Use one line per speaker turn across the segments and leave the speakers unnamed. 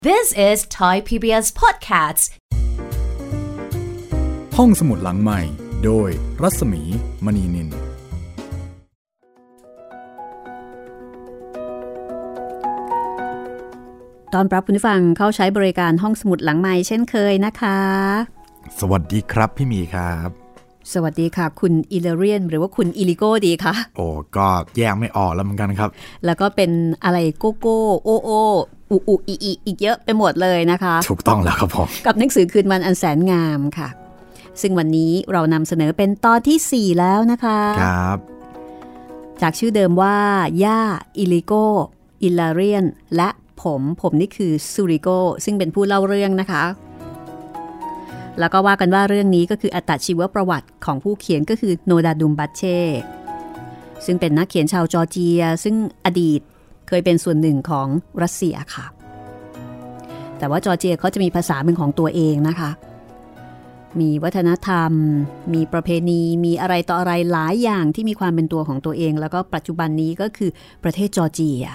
This is Thai PBS Podcast
ห้องสมุดหลังใหม่โดยรัศมีมณีนิน
ตอนรับคุณผู้ฟังเข้าใช้บริการห้องสมุดหลังใหม่เช่นเคยนะคะ
สวัสดีครับพี่หมีครับ
สวัสดีค่ะคุณอิเลเรียนหรือว่าคุณอิลิโก้ดีคะ
โอ้ก็แยกไม่ออกแล้วเหมือนกันครับ
แล้วก็เป็นอะไรโกโก้โอโออูอูอีอีอีกเยอะไปหมดเลยนะคะ
ถูกต้องแล้วครับผม
กับหนังสือคืนวันอันแสนงามค่ะซึ่งวันนี้เรานำเสนอเป็นตอนที่4แล้วนะคะ
ครับ
จากชื่อเดิมว่าย่าอิลิโก้อิลาเรียนและผมนี่คือซูริโกซึ่งเป็นผู้เล่าเรื่องนะคะแล้วก็ว่ากันว่าเรื่องนี้ก็คืออัตชีวประวัติของผู้เขียนก็คือโนดาดุมบัตเช่ซึ่งเป็นนักเขียนชาวจอร์เจียซึ่งอดีตเคยเป็นส่วนหนึ่งของรัสเซียค่ะแต่ว่าจอร์เจียเขาจะมีภาษาเป็นของตัวเองนะคะมีวัฒนธรรมมีประเพณีมีอะไรต่ออะไรหลายอย่างที่มีความเป็นตัวของตัวเองแล้วก็ปัจจุบันนี้ก็คือประเทศจอร์เจีย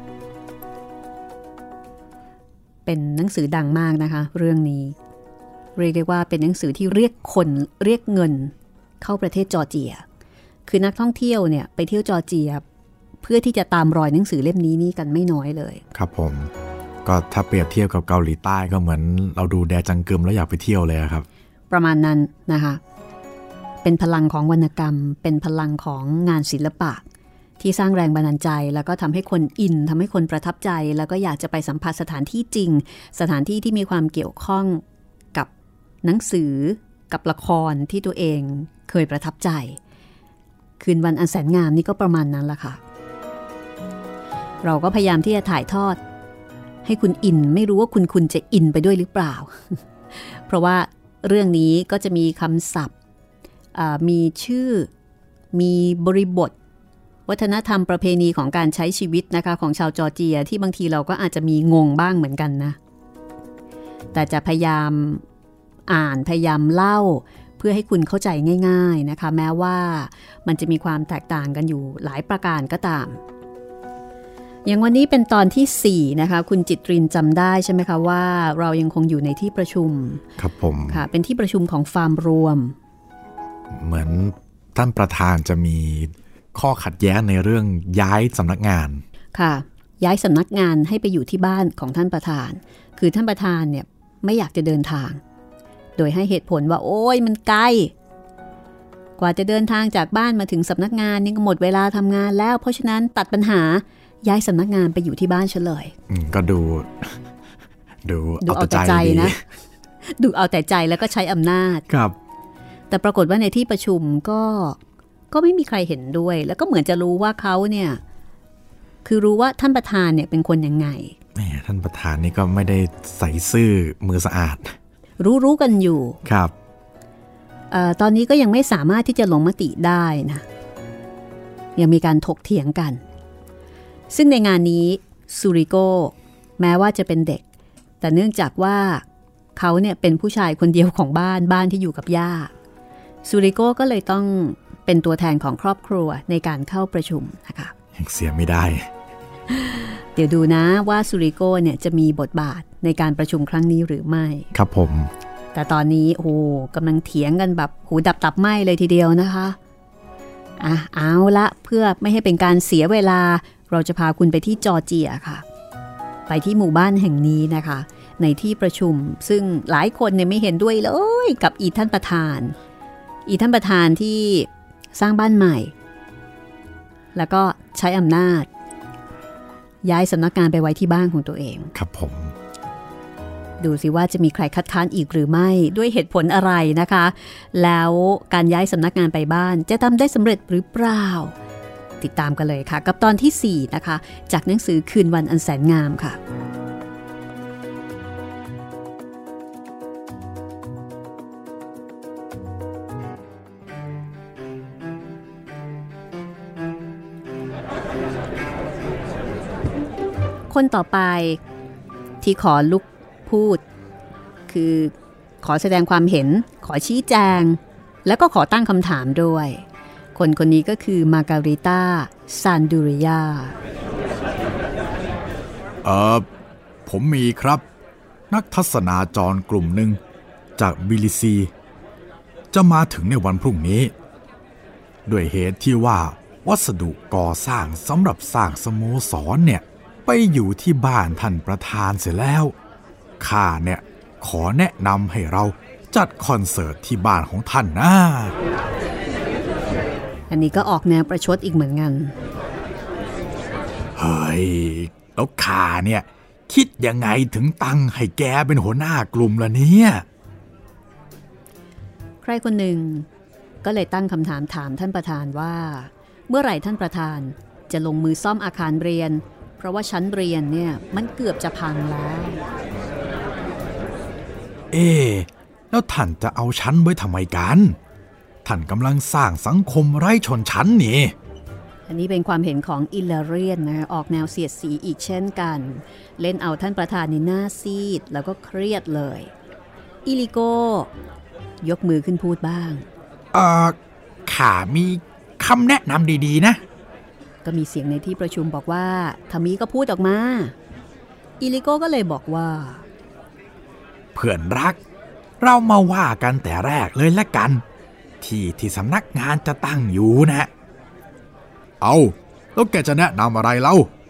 เป็นหนังสือดังมากนะคะเรื่องนี้เรียกได้ว่าเป็นหนังสือที่เรียกคนเรียกเงินเข้าประเทศจอร์เจียคือนักท่องเที่ยวเนี่ยไปเที่ยวจอร์เจียเพื่อที่จะตามรอยหนังสือเล่มนี้นี่กันไม่น้อยเลย
ครับผมก็ถ้าเปรียบเทียบกับเกาหลีใต้ก็เหมือนเราดูแดจังกึมแล้วอยากไปเที่ยวเลยครับ
ประมาณนั้นนะคะเป็นพลังของวรรณกรรมเป็นพลังของงานศิลปะที่สร้างแรงบันดาลใจแล้วก็ทำให้คนอินทำให้คนประทับใจแล้วก็อยากจะไปสัมผัสสถานที่จริงสถานที่ที่มีความเกี่ยวข้องกับหนังสือกับละครที่ตัวเองเคยประทับใจคืนวันอันแสนงามนี่ก็ประมาณนั้นละค่ะเราก็พยายามที่จะถ่ายทอดให้คุณอินไม่รู้ว่าคุณจะอินไปด้วยหรือเปล่า เพราะว่าเรื่องนี้ก็จะมีคำศัพท์มีชื่อมีบริบทวัฒนธรรมประเพณีของการใช้ชีวิตนะคะของชาวจอร์เจียที่บางทีเราก็อาจจะมีงงบ้างเหมือนกันนะแต่จะพยายามอ่านพยายามเล่าเพื่อให้คุณเข้าใจง่ายๆนะคะแม้ว่ามันจะมีความแตกต่างกันอยู่หลายประการก็ตามอย่างวันนี้เป็นตอนที่4นะคะคุณจิตรินจำได้ใช่ไหมคะว่าเรายังคงอยู่ในที่ประชุม
ครับผม
ค่ะเป็นที่ประชุมของฟาร์มรวม
เหมือนท่านประธานจะมีข้อขัดแย้งในเรื่องย้ายสำนักงาน
ค่ะย้ายสำนักงานให้ไปอยู่ที่บ้านของท่านประธานคือท่านประธานเนี่ยไม่อยากจะเดินทางโดยให้เหตุผลว่าโอ้ยมันไกลกว่าจะเดินทางจากบ้านมาถึงสำนักงานนี่ก็หมดเวลาทำงานแล้วเพราะฉะนั้นตัดปัญหาย้ายสำนักงานไปอยู่ที่บ้านเฉลย
ก็ดู
เอาแต่ใจนะดูเอาแต่ใจแล้วก็ใช้อำนาจ
ครับ
แต่ปรากฏว่าในที่ประชุมก็ไม่มีใครเห็นด้วยแล้วก็เหมือนจะรู้ว่าเขาเนี่ยคือรู้ว่าท่านประธานเนี่ยเป็นคนยังไง
ท่านประธานนี่ก็ไม่ได้ใส่ซื่อมือสะอาด
รู้กันอยู่
ครับ
ตอนนี้ก็ยังไม่สามารถที่จะลงมติได้นะยังมีการถกเถียงกันซึ่งในงานนี้ซูริโกแม้ว่าจะเป็นเด็กแต่เนื่องจากว่าเขาเนี่ยเป็นผู้ชายคนเดียวของบ้านที่อยู่กับย่าซูริโกก็เลยต้องเป็นตัวแทนของครอบครัวในการเข้าประชุมนะคะ
ยังเสียไม่ได้
เดี๋ยวดูนะว่าซูริโกเนี่ยจะมีบทบาทในการประชุมครั้งนี้หรือไม่
ครับผม
แต่ตอนนี้โอ้กำลังเถียงกันแบบหูดับตับไหม้เลยทีเดียวนะคะเอาละเพื่อไม่ให้เป็นการเสียเวลาเราจะพาคุณไปที่จอร์เจียค่ะไปที่หมู่บ้านแห่งนี้นะคะในที่ประชุมซึ่งหลายคนเนี่ยไม่เห็นด้วยเลยกับท่านประธานที่สร้างบ้านใหม่แล้วก็ใช้อำนาจย้ายสำนักงานไปไว้ที่บ้านของตัวเอง
ครับผม
ดูสิว่าจะมีใครคัดค้านอีกหรือไม่ด้วยเหตุผลอะไรนะคะแล้วการย้ายสำนักงานไปบ้านจะทำได้สำเร็จหรือเปล่าติดตามกันเลยค่ะกับตอนที่4นะคะจากหนังสือคืนวันอันแสนงามค่ะคนต่อไปที่ขอลุกพูดคือขอแสดงความเห็นขอชี้แจงแล้วก็ขอตั้งคำถามด้วย คนนี้ก็คือมาการิต้าซานดูริยา
ผมมีครับนักทัศนาจรกลุ่มหนึ่งจากบิลิซีจะมาถึงในวันพรุ่งนี้ด้วยเหตุที่ว่าวัสดุก่อสร้างสำหรับสร้างสโมสรเนี่ยไปอยู่ที่บ้านท่านประธานเสร็จแล้วข้าเนี่ยขอแนะนำให้เราจัดคอนเสิร์ตที่บ้านของท่านนะ
อันนี้ก็ออกแนวประชดอีกเหมือนกัน
เฮ้ยแล้วข้าเนี่ยคิดยังไงถึงตั้งให้แกเป็นหัวหน้ากลุ่มล่ะเนี่ย
ใครคนหนึ่งก็เลยตั้งคำถามถามท่านประธานว่าเมื่อไหร่ท่านประธานจะลงมือซ่อมอาคารเรียนเพราะว่าชั้นเรียนเนี่ยมันเกือบจะพังแล้ว
แล้วท่านจะเอาชั้นไว้ทำไมกันท่านกำลังสร้างสังคมไร้ชนชั้นนี่
อันนี้เป็นความเห็นของอิลลาเรียนนะออกแนวเสียดสีอีกเช่นกันเล่นเอาท่านประธานในหน้าซีดแล้วก็เครียดเลยอิลิโกยกมือขึ้นพูดบ้าง
ข้ามีคำแนะนำดีๆนะ
ก็มีเสียงในที่ประชุมบอกว่าทามีก็พูดออกมาอิลิโกก็เลยบอกว่า
เพื่อนรักเรามาว่ากันแต่แรกเลยละกันที่สำนักงานจะตั้งอยู่นะแล้วแกจะแนะนำอะไรเล่า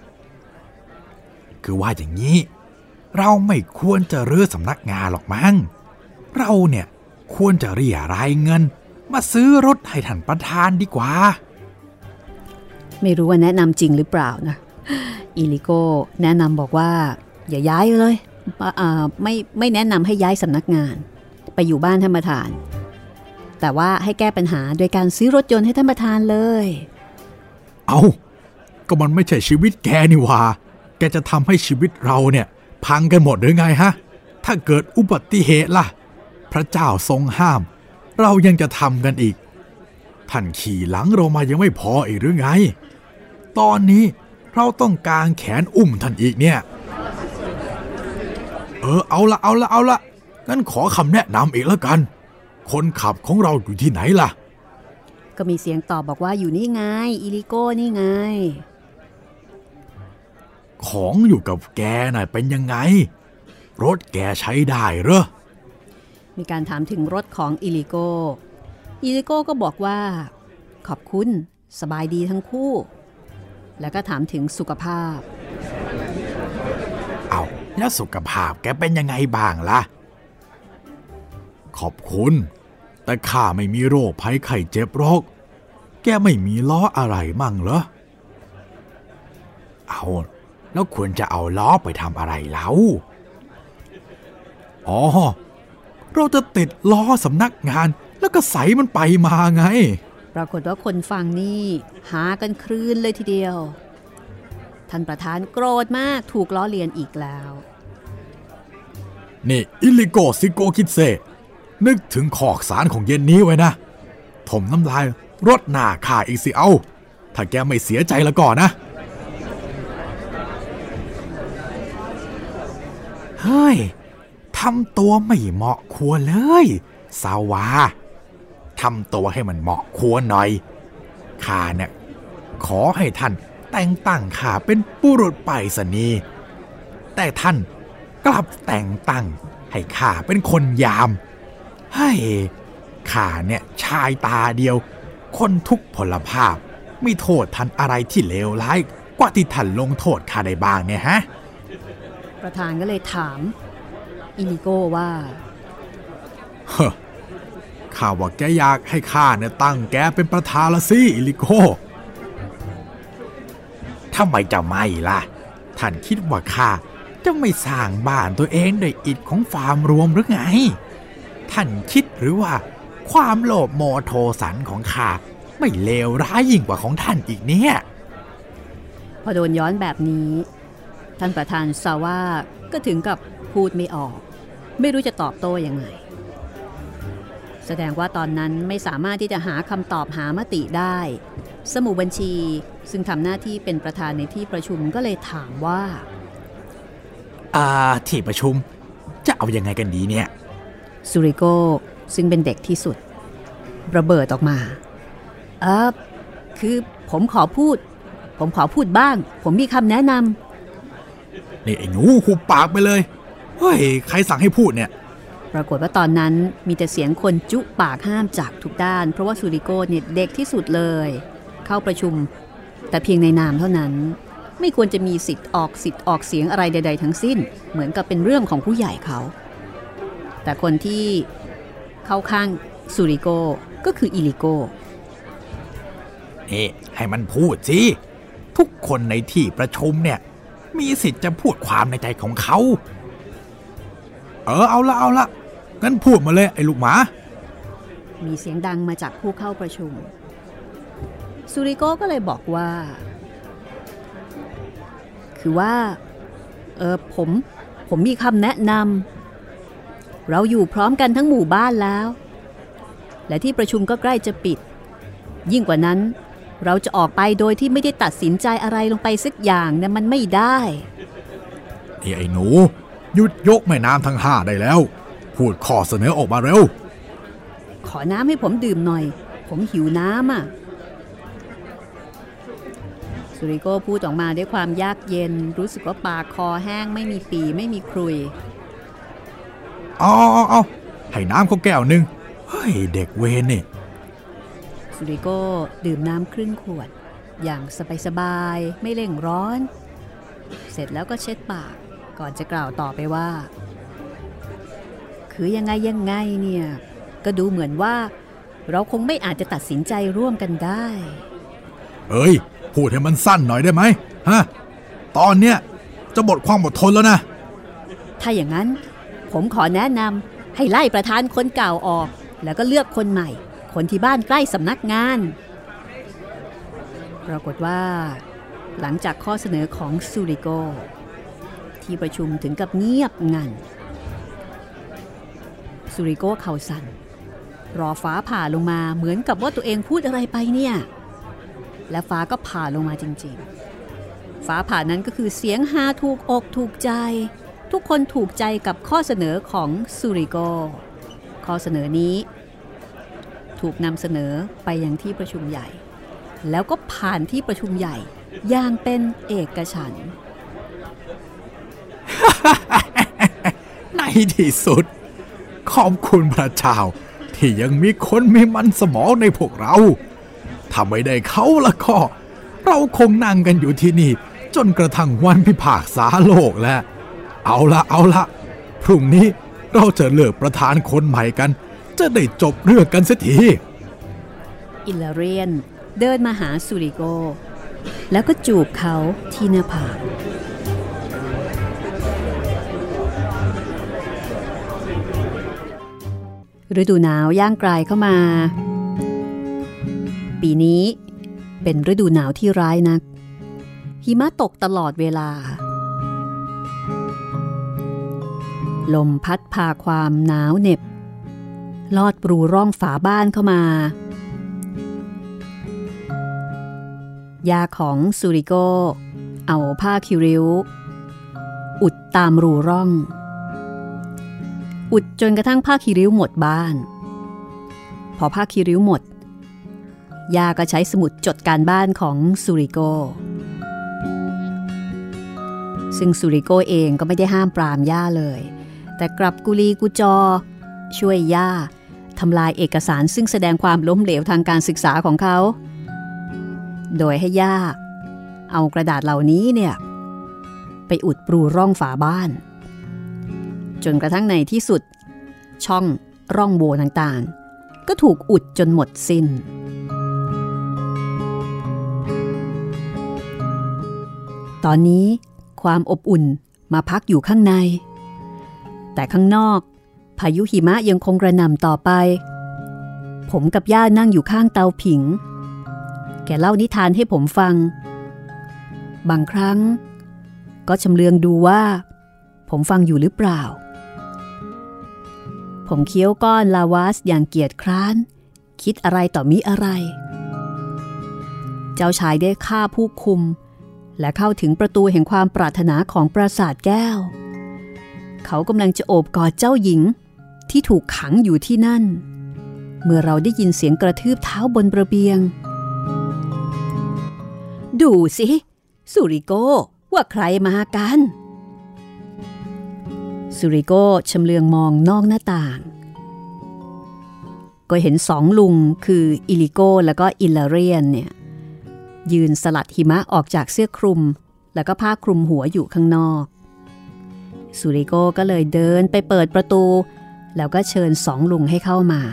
คือว่าอย่างนี้เราไม่ควรจะรื้อสำนักงานหรอกมั้งเราเนี่ยควรจะเรียรายเงินมาซื้อรถให้ท่านประธานดีกว่า
ไม่รู้ว่าแนะนำจริงหรือเปล่านะอิลิโกแนะนำบอกว่าอย่าย้ายเลยไม่แนะนำให้ย้ายสำนักงานไปอยู่บ้านท่านประธานแต่ว่าให้แก้ปัญหาโดยการซื้อรถยนต์ให้ท่านประธานเลย
ก็มันไม่ใช่ชีวิตแกนี่หว่าแกจะทำให้ชีวิตเราเนี่ยพังกันหมดหรือไงฮะถ้าเกิดอุบัติเหตุล่ะพระเจ้าทรงห้ามเรายังจะทำกันอีกท่านขี่หลังเรามายังไม่พออีกหรือไงตอนนี้เราต้องกางแขนอุ้มท่านอีกเนี่ยเอาละงั้นขอคำแนะนำอีกแล้วกันคนขับของเราอยู่ที่ไหนล่ะ
ก็มีเสียงตอบบอกว่าอยู่นี่ไงอิลิโก้นี่ไง
ของอยู่กับแกน่ะเป็นยังไงรถแกใช้ได้เหรอ
มีการถามถึงรถของอิลิโก้ก็บอกว่าขอบคุณสบายดีทั้งคู่แล้วก็ถามถึงสุขภาพ
แล้วสุขภาพแกเป็นยังไงบ้างล่ะขอบคุณแต่ข้าไม่มีโรคภัยไข้เจ็บหรอกแกไม่มีล้ออะไรมั่งเหรอแล้วควรจะเอาล้อไปทำอะไรเล่าเราจะติดล้อสำนักงานแล้วก็ใส่มันไปมาไง
ปรากฏว่าคนฟังนี่หากันคลื่นเลยทีเดียวท่านประธานโกรธมากถูกล้อเลียนอีกแล้ว
นี่อิลิโกซิโกคิดเซนึกถึงขอกสารของเย็นนี้ไว้นะถมน้ำลายรดหน้าข้าอีกสิถ้าแกไม่เสียใจแล้วก่อนนะเฮ้ยทำตัวไม่เหมาะควรเลยสาวาทำตัวให้มันเหมาะควรหน่อยข้าเนี่ยขอให้ท่านแต่งตั้งข้าเป็นปุรุษไปรษณีย์แต่ท่านกลับแต่งตั้งให้ข้าเป็นคนยามข้าเนี่ยชายตาเดียวคนทุกพลภาพมีโทษท่านอะไรที่เลวร้ายกว่าที่ท่านลงโทษข้าได้บ้างเนี่ยฮะ
ประธานก็เลยถามอิลิโกว่า
ข้าว่าแกอยากให้ข้าเนี่ยตั้งแกเป็นประธานละสิอิลิโกทำไมจะไม่ล่ะท่านคิดว่าข้าจะไม่สร้างบ้านตัวเองด้วยอิฐของฟาร์มรวมหรือไงท่านคิดหรือว่าความโลภโมโทสันของข้าไม่เลวร้ายยิ่งกว่าของท่านอีกเนี่ย
พอโดนย้อนแบบนี้ท่านประธานซาว่าก็ถึงกับพูดไม่ออกไม่รู้จะตอบโต้ยังไงแสดงว่าตอนนั้นไม่สามารถที่จะหาคำตอบหามติได้สมุบัญชีซึ่งทำหน้าที่เป็นประธานในที่ประชุมก็เลยถามว่า
ที่ประชุมจะเอายังไงกันดีเนี่ย
ซูริโกซึ่งเป็นเด็กที่สุดระเบิดออกมาคือผมขอพูดบ้างผมมีคำแนะนำ
นี่ไอ้หนูหุบปากไปเลยเฮ้ยใครสั่งให้พูดเนี่ย
ปรากฏว่าตอนนั้นมีแต่เสียงคนจุปากห้ามจากทุกด้านเพราะว่าซูริโก้เนี่ยเด็กที่สุดเลยเข้าประชุมแต่เพียงในนามเท่านั้นไม่ควรจะมีสิทธิ์ออกเสียงอะไรใดๆทั้งสิ้นเหมือนกับเป็นเรื่องของผู้ใหญ่เขาแต่คนที่เข้าข้างซูริโก้ก็คืออิริโก้
ให้มันพูดสิทุกคนในที่ประชุมเนี่ยมีสิทธิ์จะพูดความในใจของเขาเอาละงั้นพูดมาเลยไอ้ลูกหมา
มีเสียงดังมาจากผู้เข้าประชุมซูริโก้ก็เลยบอกว่าคือว่าผมมีคำแนะนำเราอยู่พร้อมกันทั้งหมู่บ้านแล้วและที่ประชุมก็ใกล้จะปิดยิ่งกว่านั้นเราจะออกไปโดยที่ไม่ได้ตัดสินใจอะไรลงไปสักอย่างเนี่ยมันไม่ได้
ไอ้หนูหยุดยกแม่น้ำทั้ง5ได้แล้วพูดข้อเสนอออกมาเร็ว
ขอน้ำให้ผมดื่มหน่อยผมหิวน้ำซูริโก้พูดออกมาด้วยความยากเย็นรู้สึกว่าปากคอแห้งไม่มีปีไม่มีครุย
เอาให้น้ำเขาแก้วนึงเฮ้ยเด็กเวรนี่
ซูริโก้ดื่มน้ำครึ่งขวดอย่างสบายๆไม่เร่งร้อนเสร็จแล้วก็เช็ดปากก่อนจะกล่าวต่อไปว่าคือยังไงเนี่ยก็ดูเหมือนว่าเราคงไม่อาจจะตัดสินใจร่วมกันได้
พูดให้มันสั้นหน่อยได้ไหมฮะตอนเนี้ยจะหมดความอดทนแล้วนะ
ถ้าอย่างนั้นผมขอแนะนำให้ไล่ประธานคนเก่าออกแล้วก็เลือกคนใหม่คนที่บ้านใกล้สำนักงานปรากฏว่าหลังจากข้อเสนอของซูริโก้ที่ประชุมถึงกับเงียบงันซูริโก้เข่าสั่นรอฟ้าผ่าลงมาเหมือนกับว่าตัวเองพูดอะไรไปเนี่ยและฟ้าก็ผ่าลงมาจริงๆฟ้าผ่านั้นก็คือเสียงฮาถูกอกถูกใจทุกคนถูกใจกับข้อเสนอของซูริโก้ข้อเสนอนี้ถูกนำเสนอไปยังที่ประชุมใหญ่แล้วก็ผ่านที่ประชุมใหญ่อย่างเป็นเอกฉันท์
ในที่สุดขอบคุณพระเจ้าที่ยังมีคนมีมันสมองในพวกเราถ้าไม่ได้เขาละก็เราคงนั่งกันอยู่ที่นี่จนกระทั่งวันพิพากษาโลกแล้วเอาละพรุ่งนี้เราจะเลือกประธานคนใหม่กันจะได้จบเรื่องกันเสียที
อิลาเรียนเดินมาหาซูริโก้แล้วก็จูบเขาที่หน้าผากฤดูหนาวย่างไกลเข้ามาปีนี้เป็นฤดูหนาวที่ร้ายนักหิมะตกตลอดเวลาลมพัดพาความหนาวเหน็บลอดปรูร่องฝาบ้านเข้ามายาของซูริโก้เอาผ้าคิริ้วอุดตามรูร่องอุดจนกระทั่งผ้าคิริ้วหมดบ้านพอผ้าคิริ้วหมดยาก็ใช้สมุดจดการบ้านของซูริโก้ซึ่งซูริโก้เองก็ไม่ได้ห้ามปรามย่าเลยแต่กลับกุลีกุจอช่วยย่าทำลายเอกสารซึ่งแสดงความล้มเหลวทางการศึกษาของเขาโดยให้ย่าเอากระดาษเหล่านี้เนี่ยไปอุดปรูร่องฝาบ้านจนกระทั่งในที่สุดช่องร่องโหว่ต่างๆก็ถูกอุดจนหมดสิ้นตอนนี้ความอบอุ่นมาพักอยู่ข้างในแต่ข้างนอกพายุหิมะยังคงกระหน่ำต่อไปผมกับย่านั่งอยู่ข้างเตาผิงแกเล่านิทานให้ผมฟังบางครั้งก็ชำเลืองดูว่าผมฟังอยู่หรือเปล่าผมเคี้ยวก้อนลาวาสอย่างเกียจคร้านคิดอะไรต่อมิอะไรเจ้าชายได้ฆ่าผู้คุมและเข้าถึงประตูแห่งความปรารถนาของปราสาทแก้วเขากำลังจะโอบกอดเจ้าหญิงที่ถูกขังอยู่ที่นั่นเมื่อเราได้ยินเสียงกระทืบเท้าบนระเบียงดูสิซูริโก้ว่าใครมากันซูริโกชำเลืองมองนอกหน้าต่างก็เห็นสองลุงคืออิลิโกแล้วก็อิลลาเรียนเนี่ยยืนสลัดหิมะออกจากเสื้อคลุมแล้วก็ผ้าคลุมหัวอยู่ข้างนอกซูริโกก็เลยเดินไปเปิดประตูแล้วก็เชิญสองลุงให้เข้ามา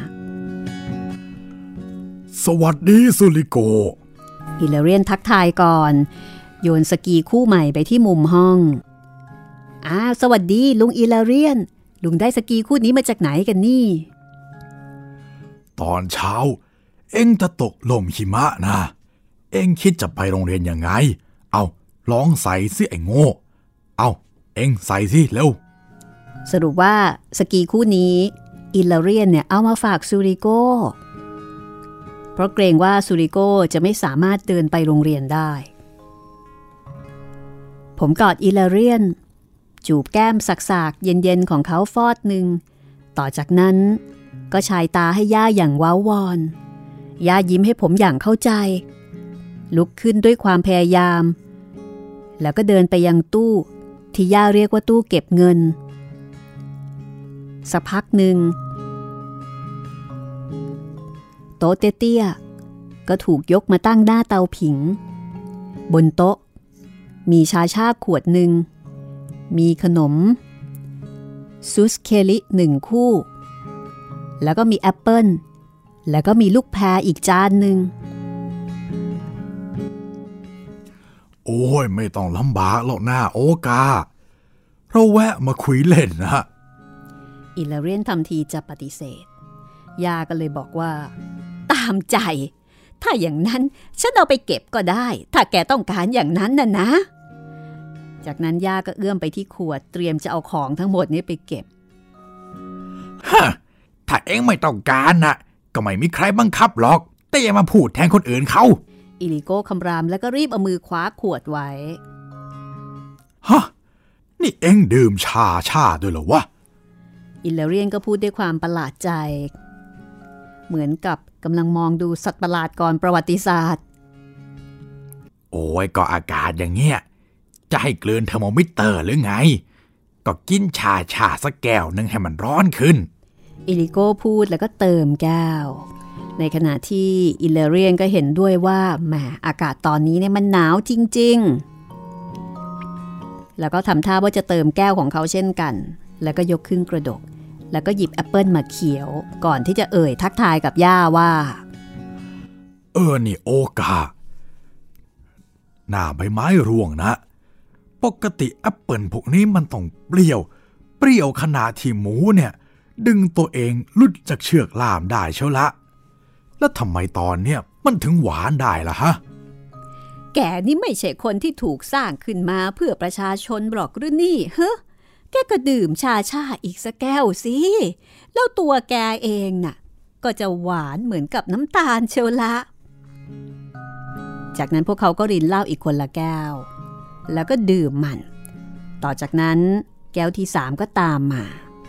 สวัสดีซูริโก
อิลลาเรียนทักทายก่อนโยนสกีคู่ใหม่ไปที่มุมห้องสวัสดีลุงอิลลาเรียนลุงได้สกีคู่นี้มาจากไหนกันนี่
ตอนเช้าเอ็งจะตกลมหิมะนะเอ็งคิดจะไปโรงเรียนยังไงเอาลองใส่สิไอ้โง่เอาเอ็งใส่สิเร็ว
สรุปว่าสกีคู่นี้อิลลาเรียนเนี่ยเอามาฝากซูริโกเพราะเกรงว่าซูริโกจะไม่สามารถเดินไปโรงเรียนได้ผมกอดอิลลาเรียนจูบแก้มสักๆเย็นๆของเขาฟอดหนึ่งต่อจากนั้นก็ชายตาให้ย่าอย่างว้าวอนย่ายิ้มให้ผมอย่างเข้าใจลุกขึ้นด้วยความพยายามแล้วก็เดินไปยังตู้ที่ย่าเรียกว่าตู้เก็บเงินสักพักหนึ่งโต๊ะเตี้ยๆก็ถูกยกมาตั้งหน้าเตาผิงบนโต๊ะมีชาขวดหนึ่งมีขนมซูสเคลิ1คู่แล้วก็มีแอปเปิ้ลแล้วก็มีลูกแพรอีกจานหนึ่ง
โอ้ยไม่ต้องลำบากหรอกนะโอกาเราแวะมาคุยเล่นนะ
อิลลาเรียนทำทีจะปฏิเสธย่าก็เลยบอกว่าตามใจถ้าอย่างนั้นฉันเอาไปเก็บก็ได้ถ้าแกต้องการอย่างนั้นนะจากนั้นย่าก็เอื้อมไปที่ขวดเตรียมจะเอาของทั้งหมดนี้ไปเก็บ
ฮะถ้าเอ็งไม่ต้องการนะก็ไม่มีใครบังคับหรอกแต่อย่ามาพูดแทนคนอื่นเขา
อิลิโก้คำรามแล้วก็รีบเอามือคว้าขวดไว้
ฮะนี่เอ็งดื่มชาด้วยเหรอวะ
อิลลาเรียนก็พูดด้วยความประหลาดใจเหมือนกับกำลังมองดูสัตว์ประหลาดก่อนประวัติศาสตร์
โอ้ยก็อากาศอย่างเงี้ยจะให้กลืนเทอร์โมมิเตอร์หรือไงก็กินชาสักแก้วนึงให้มันร้อนขึ้น
อิลิโก้พูดแล้วก็เติมแก้วในขณะที่อิลลาเรียนก็เห็นด้วยว่าแหมอากาศตอนนี้เนี่ยมันหนาวจริงๆแล้วก็ทำท่าว่าจะเติมแก้วของเขาเช่นกันแล้วก็ยกขึ้นกระดกแล้วก็หยิบแอปเปิลมาเคี้ยวก่อนที่จะเอ่ยทักทายกับย่าว่า
นี่โอกาหน้าใบไม้ร่วงนะปกติแอปเปิลพวกนี้มันต้องเปรี้ยวขนาดที่หมูเนี่ยดึงตัวเองหลุดจากเชือกล่ามได้เชียวละแล้วทำไมตอนเนี้ยมันถึงหวานได้ล่ะฮะ
แกนี่ไม่ใช่คนที่ถูกสร้างขึ้นมาเพื่อประชาชนหรอกหรือนี่เฮ้แกก็ดื่มชาอีกสักแก้วสิแล้วตัวแกเองน่ะก็จะหวานเหมือนกับน้ำตาลเชียวละจากนั้นพวกเขาก็รินเหล้าอีกคนละแก้วแล้วก็ดื่มมันต่อจากนั้นแก้วที่3ก็ตามมา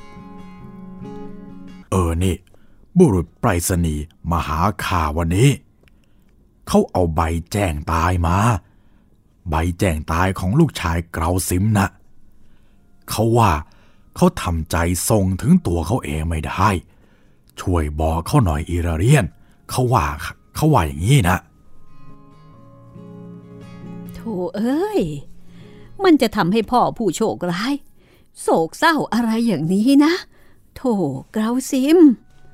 นี่บุรุษไปรษณีย์มาหาข่าวันนี้เขาเอาใบแจ้งตายมาใบแจ้งตายของลูกชายเกราซิมนะเขาว่าเขาทำใจส่งถึงตัวเขาเองไม่ได้ช่วยบอกเขาหน่อยอิลลาเรียนเขาว่าอย่างนี้นะ
โธ่เอ้ยมันจะทำให้พ่อผู้โชคร้ายโศกเศร้าอะไรอย่างนี้นะโธ่เกราซิม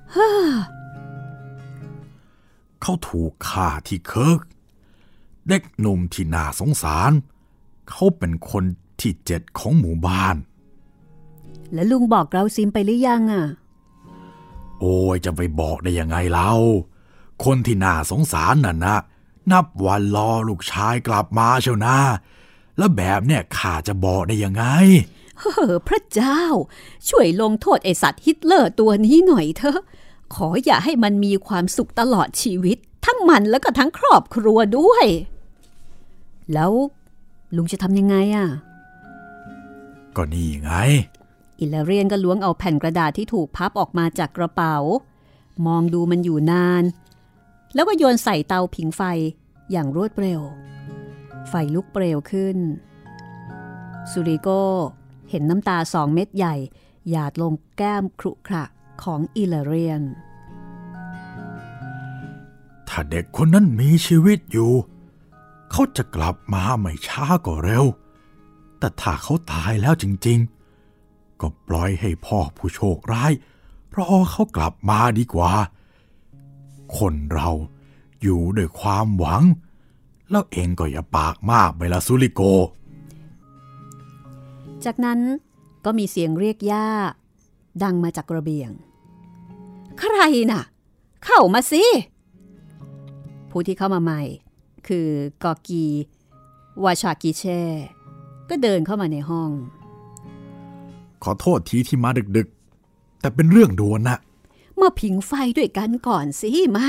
เขาถูกฆ่าที่เคิร์กเด็กหนุ่มที่น่าสงสารเขาเป็นคนที่7ของหมู่บ้าน
แล้วลุงบอกเกราซิมไปหรือยังอ่ะ
โอ้ยจะไปบอกได้ยังไงเล่าคนที่น่าสงสารน่ะนะนับวันรอลูกชายกลับมาเชียวนะแล้วแบบเนี่ยข้าจะบอกได้ยังไง
พระเจ้าช่วยลงโทษไอ้สัตว์ฮิตเลอร์ตัวนี้หน่อยเถอะขออย่าให้มันมีความสุขตลอดชีวิตทั้งมันแล้วก็ทั้งครอบครัวด้วยแล้วลุงจะทำยังไงอ่ะ
ก็นี่ไง
อิลลาเรียนก็ล้วงเอาแผ่นกระดาษที่ถูกพับออกมาจากกระเป๋ามองดูมันอยู่นานแล้วก็โยนใส่เตาผิงไฟอย่างรวดเร็วไฟลุกเปลวขึ้นซูริโกเห็นน้ำตา2 เม็ดใหญ่หยาดลงแก้มครุขระของอิลาเรียน
ถ้าเด็กคนนั้นมีชีวิตอยู่เขาจะกลับมาไม่ช้าก็เร็วแต่ถ้าเขาตายแล้วจริงๆก็ปล่อยให้พ่อผู้โชคร้ายรอเขากลับมาดีกว่าคนเราอยู่ด้วยความหวังแล้วเองก็อย่าปากมากไปละซูริโก
จากนั้นก็มีเสียงเรียกย่าดังมาจากระเบียงใครน่ะเข้ามาสิผู้ที่เข้ามาใหม่คือกอกีวาชากิเช่ก็เดินเข้ามาในห้อง
ขอโทษทีที่มาดึกๆแต่เป็นเรื่องด่วนนะ
มาผิงไฟด้วยกันก่อนสิมา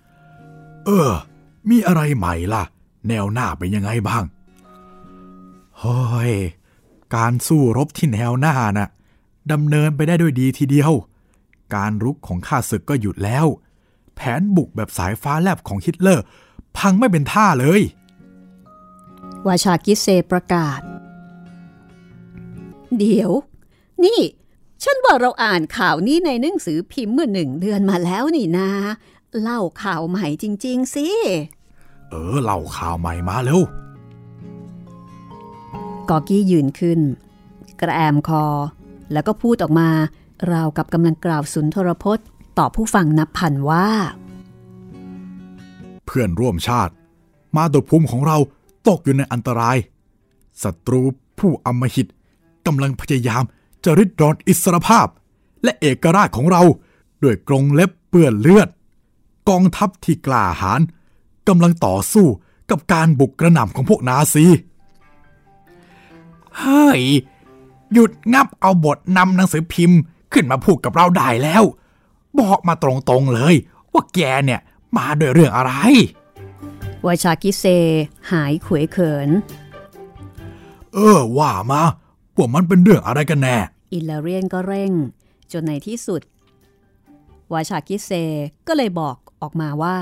มีอะไรใหม่ล่ะแนวหน้าเป็นยังไงบ้างเฮ้ยการสู้รบที่แนวหน้าน่ะดำเนินไปได้ด้วยดีทีเดียวการรุกของข้าศึกก็หยุดแล้วแผนบุกแบบสายฟ้าแลบของฮิตเลอร์พังไม่เป็นท่าเลยว
าชากิเซประกาศเดี๋ยวนี่ฉันว่าเราอ่านข่าวนี้ในหนังสือพิมพ์เมื่อ1 เดือนมาแล้วนี่นะเล่าข่าวใหม่จริงๆสิ
เล่าข่าวใหม่มาเร็ว
กอกี้ยืนขึ้นกระแอมคอแล้วก็พูดออกมาราวกับกำลังกล่าวสุนทรพจน์ต่อผู้ฟังนับพันว่า
เพื่อนร่วมชาติมาตุภูมิของเราตกอยู่ในอันตรายศัตรูผู้อำมหิตกำลังพยายามจะริดรอนอิสรภาพและเอกราชของเราด้วยกรงเล็บเปื้อนเลือดกองทัพที่กล้าหาญกำลังต่อสู้กับการบุกกระหน่ำของพวกนาซีเฮ้ยหยุดงับเอาบทนำหนังสือพิมพ์ขึ้นมาพูดกับเราได้แล้วบอกมาตรงๆเลยว่าแกเนี่ยมาด้วยเรื่องอะไร
วาชากิเซหายขวยเขิน
ว่ามาว่ามันเป็นเรื่องอะไรกันแน่
อิลาเรียนก็เร่งจนในที่สุดวาชากิเซก็เลยบอกออกมาว่า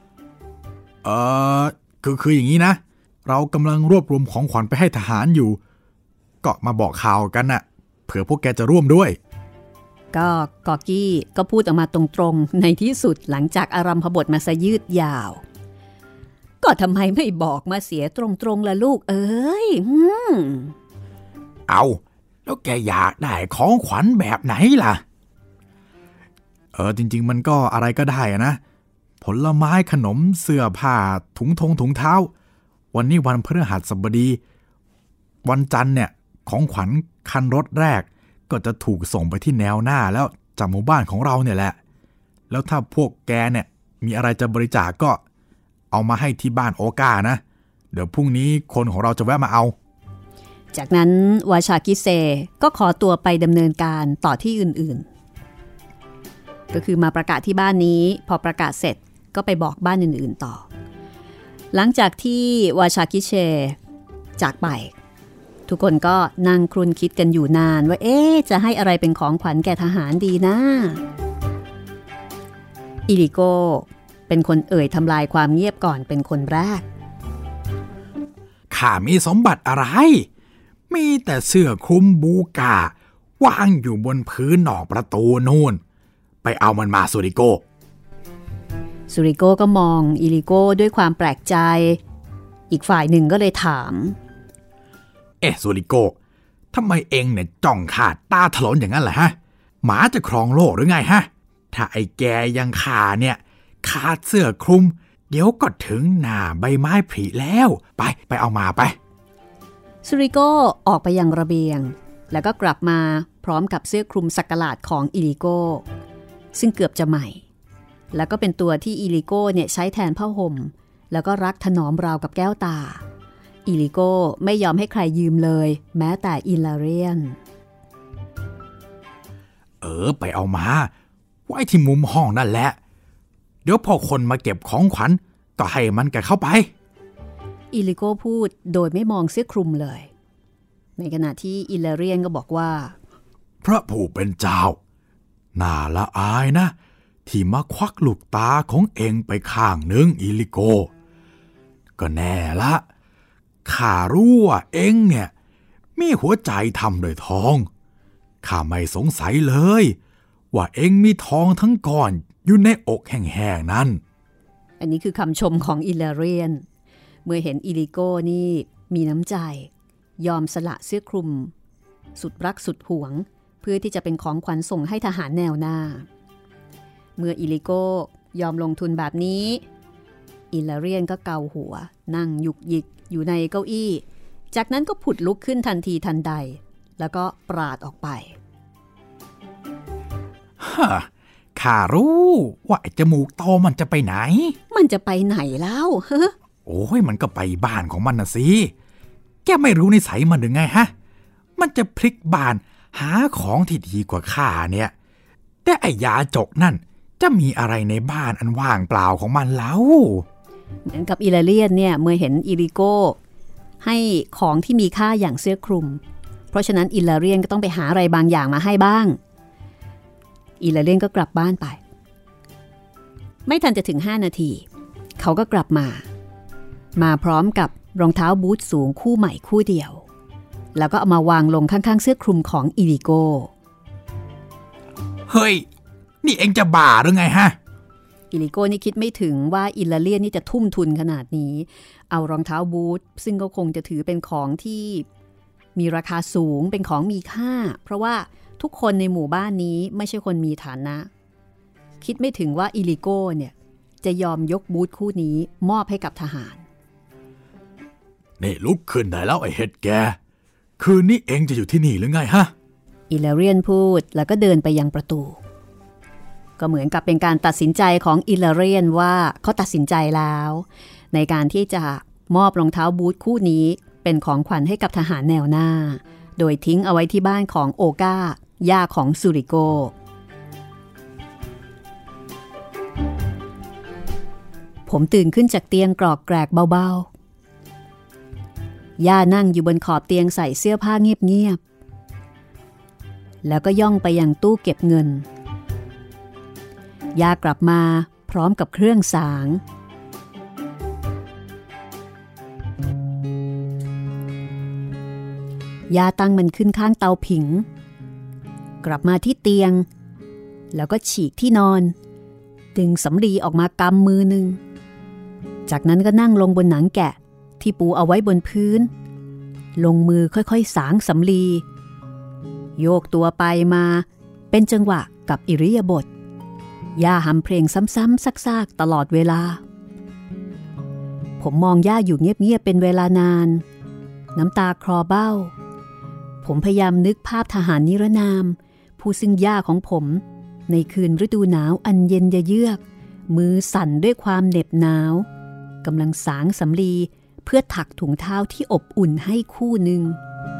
คืออย่างนี้นะเรากำลังรวบรวมของขวัญไปให้ทหารอยู่ก็มาบอกข่าวกันน่ะเผื่อพวกแกจะร่วมด้วย
ก็กอกี้ก็พูดออกมาตรงๆในที่สุดหลังจากอารัมพบทมาซะยืดยาวก็ทำไมไม่บอกมาเสียตรงๆล่ะลูกเอ้ย
เอาแล้วแกอยากได้ของขวัญแบบไหนล่ะจริงๆมันก็อะไรก็ได้นะผลไม้ขนมเสื้อผ้าถุงเท้าวันนี้วันพฤหัสบดีวันจันทร์เนี่ยของขวัญคันรถแรกก็จะถูกส่งไปที่แนวหน้าแล้วจากหมู่บ้านของเราเนี่ยแหละแล้วถ้าพวกแกเนี่ยมีอะไรจะบริจาคก็เอามาให้ที่บ้านโอก้านะเดี๋ยวพรุ่งนี้คนของเราจะแวะมาเอา
จากนั้นวาชากิเซก็ขอตัวไปดำเนินการต่อที่อื่นๆก็คือมาประกาศที่บ้านนี้พอประกาศเสร็จก็ไปบอกบ้านอื่นๆต่อหลังจากที่วาชากิเซจากไปทุกคนก็นั่งครุ่นคิดกันอยู่นานว่าจะให้อะไรเป็นของขวัญแก่ทหารดีนะอิริโกเป็นคนเอ่ยทำลายความเงียบก่อนเป็นคนแรก
ข้ามีสมบัติอะไรมีแต่เสื้อคลุมบูกาวางอยู่บนพื้นนอกประตูนู่นไปเอามันมาซูริโก
ก็มองอิริโกด้วยความแปลกใจอีกฝ่ายหนึ่งก็เลยถาม
ซูริโกทำไมเองเนี่ยจ้องขาดตาถลนอย่างนั้นแหละฮะหมาจะครองโลกหรือไงฮะถ้าไอ้แกยังขาเนี่ยขาดเสื้อคลุมเดี๋ยวก็ถึงหน้าใบไม้ผลิแล้วไปเอามาไป
ซูริโกออกไปยังระเบียงแล้วก็กลับมาพร้อมกับเสื้อคลุมสักหลาดของอิริโกซึ่งเกือบจะใหม่แล้วก็เป็นตัวที่อิริโกเนี่ยใช้แทนผ้าห่มแล้วก็รักถนอมราวกับแก้วตาอิริโกไม่ยอมให้ใครยืมเลยแม้แต่อิลาเรียน
ไปเอามาไว้ที่มุมห้องนั่นแหละเดี๋ยวพอคนมาเก็บของขวัญก็ให้มันแกเข้าไป
อิริโกพูดโดยไม่มองเสื้อคลุมเลยในขณะที่อิลาเรียนก็บอกว่า
พระผู้เป็นเจ้าน่าละอายนะที่มาควักลูกตาของเองไปข้างนึงอิริโกก็แน่ละข้ารู้ว่าเองเนี่ยมีหัวใจทำโดยทองข้าไม่สงสัยเลยว่าเอ็งมีทองทั้งก้อนอยู่ในอกแห้งๆนั้น
อันนี้คือคำชมของอิลาเรียนเมื่อเห็นอิลิโก้นี่มีน้ำใจยอมสละเสื้อคลุมสุดรักสุดหวงเพื่อที่จะเป็นของขวัญส่งให้ทหารแนวหน้าเมื่ออิลิโก้ยอมลงทุนแบบนี้อิลาเรียนก็เกาหัวนั่งหยุกหยิกอยู่ในเก้าอี้จากนั้นก็ผุดลุกขึ้นทันทีทันใดแล้วก็ปราดออกไป
ข้ารู้ว่าไอ้จมูกโตมันจะไปไหน
มันจะไปไหนแล้ว
โอ้ยมันก็ไปบ้านของมันน่ะสิแกไม่รู้นิสัยมันหรือไงฮะมันจะพลิกบ้านหาของที่ดีกว่าข้าเนี่ยแต่ไอ้ยาจกนั่นจะมีอะไรในบ้านอันว่างเปล่าของมันแล้ว
เหมือนกับอิลาเลียนเนี่ยเมื่อเห็นอิลิโก้ให้ของที่มีค่าอย่างเสื้อคลุมเพราะฉะนั้นอิลาเลียนก็ต้องไปหาอะไรบางอย่างมาให้บ้างอิลาเลียนก็กลับบ้านไปไม่ทันจะถึง5 นาทีเขาก็กลับมาพร้อมกับรองเท้าบูทสูงคู่ใหม่คู่เดียวแล้วก็เอามาวางลงข้างๆเสื้อคลุมของอิลิโก้
เฮ้ยนี่เอ็งจะบ้าหรือไงฮะ
อิลิโก้นี่คิดไม่ถึงว่าอิลาเลียนนี่จะทุ่มทุนขนาดนี้เอารองเท้าบูทซึ่งก็คงจะถือเป็นของที่มีราคาสูงเป็นของมีค่าเพราะว่าทุกคนในหมู่บ้านนี้ไม่ใช่คนมีฐานะคิดไม่ถึงว่าอิลิโก้เนี่ยจะยอมยกบูทคู่นี้มอบให้กับทหาร
นี่ลุกขึ้นได้แล้วไอ้เฮ็ดแกคืนนี้เองจะอยู่ที่นี่หรือไงฮะ
อิลาเรียนพูดแล้วก็เดินไปยังประตูก็เหมือนกับเป็นการตัดสินใจของอิลาเรียนว่าเขาตัดสินใจแล้วในการที่จะมอบรองเท้าบูทคู่นี้เป็นของขวัญให้กับทหารแนวหน้าโดยทิ้งเอาไว้ที่บ้านของโอกาย่าของซูริโกผมตื่นขึ้นจากเตียงกรอกแกรกเบาๆย่านั่งอยู่บนขอบเตียงใส่เสื้อผ้าเงียบๆแล้วก็ย่องไปยังตู้เก็บเงินย่ากลับมาพร้อมกับเครื่องสางย่าตั้งมันขึ้นข้างเตาผิงกลับมาที่เตียงแล้วก็ฉีกที่นอนดึงสำลีออกมากำมือหนึ่งจากนั้นก็นั่งลงบนหนังแกะที่ปูเอาไว้บนพื้นลงมือค่อยๆสางสำลีโยกตัวไปมาเป็นจังหวะกับอิริยาบถย่าหำเพลงซ้ำๆซากๆตลอดเวลาผมมองย่าอยู่เงียบๆเป็นเวลานานน้ำตาคลอเบ้าผมพยายามนึกภาพทหารนิรนามผู้ซึ่งย่าของผมในคืนฤดูหนาวอันเย็นเยือกมือสั่นด้วยความเหน็บหนาวกำลังสางสำลีเพื่อถักถุงเท้าที่อบอุ่นให้คู่หนึ่ง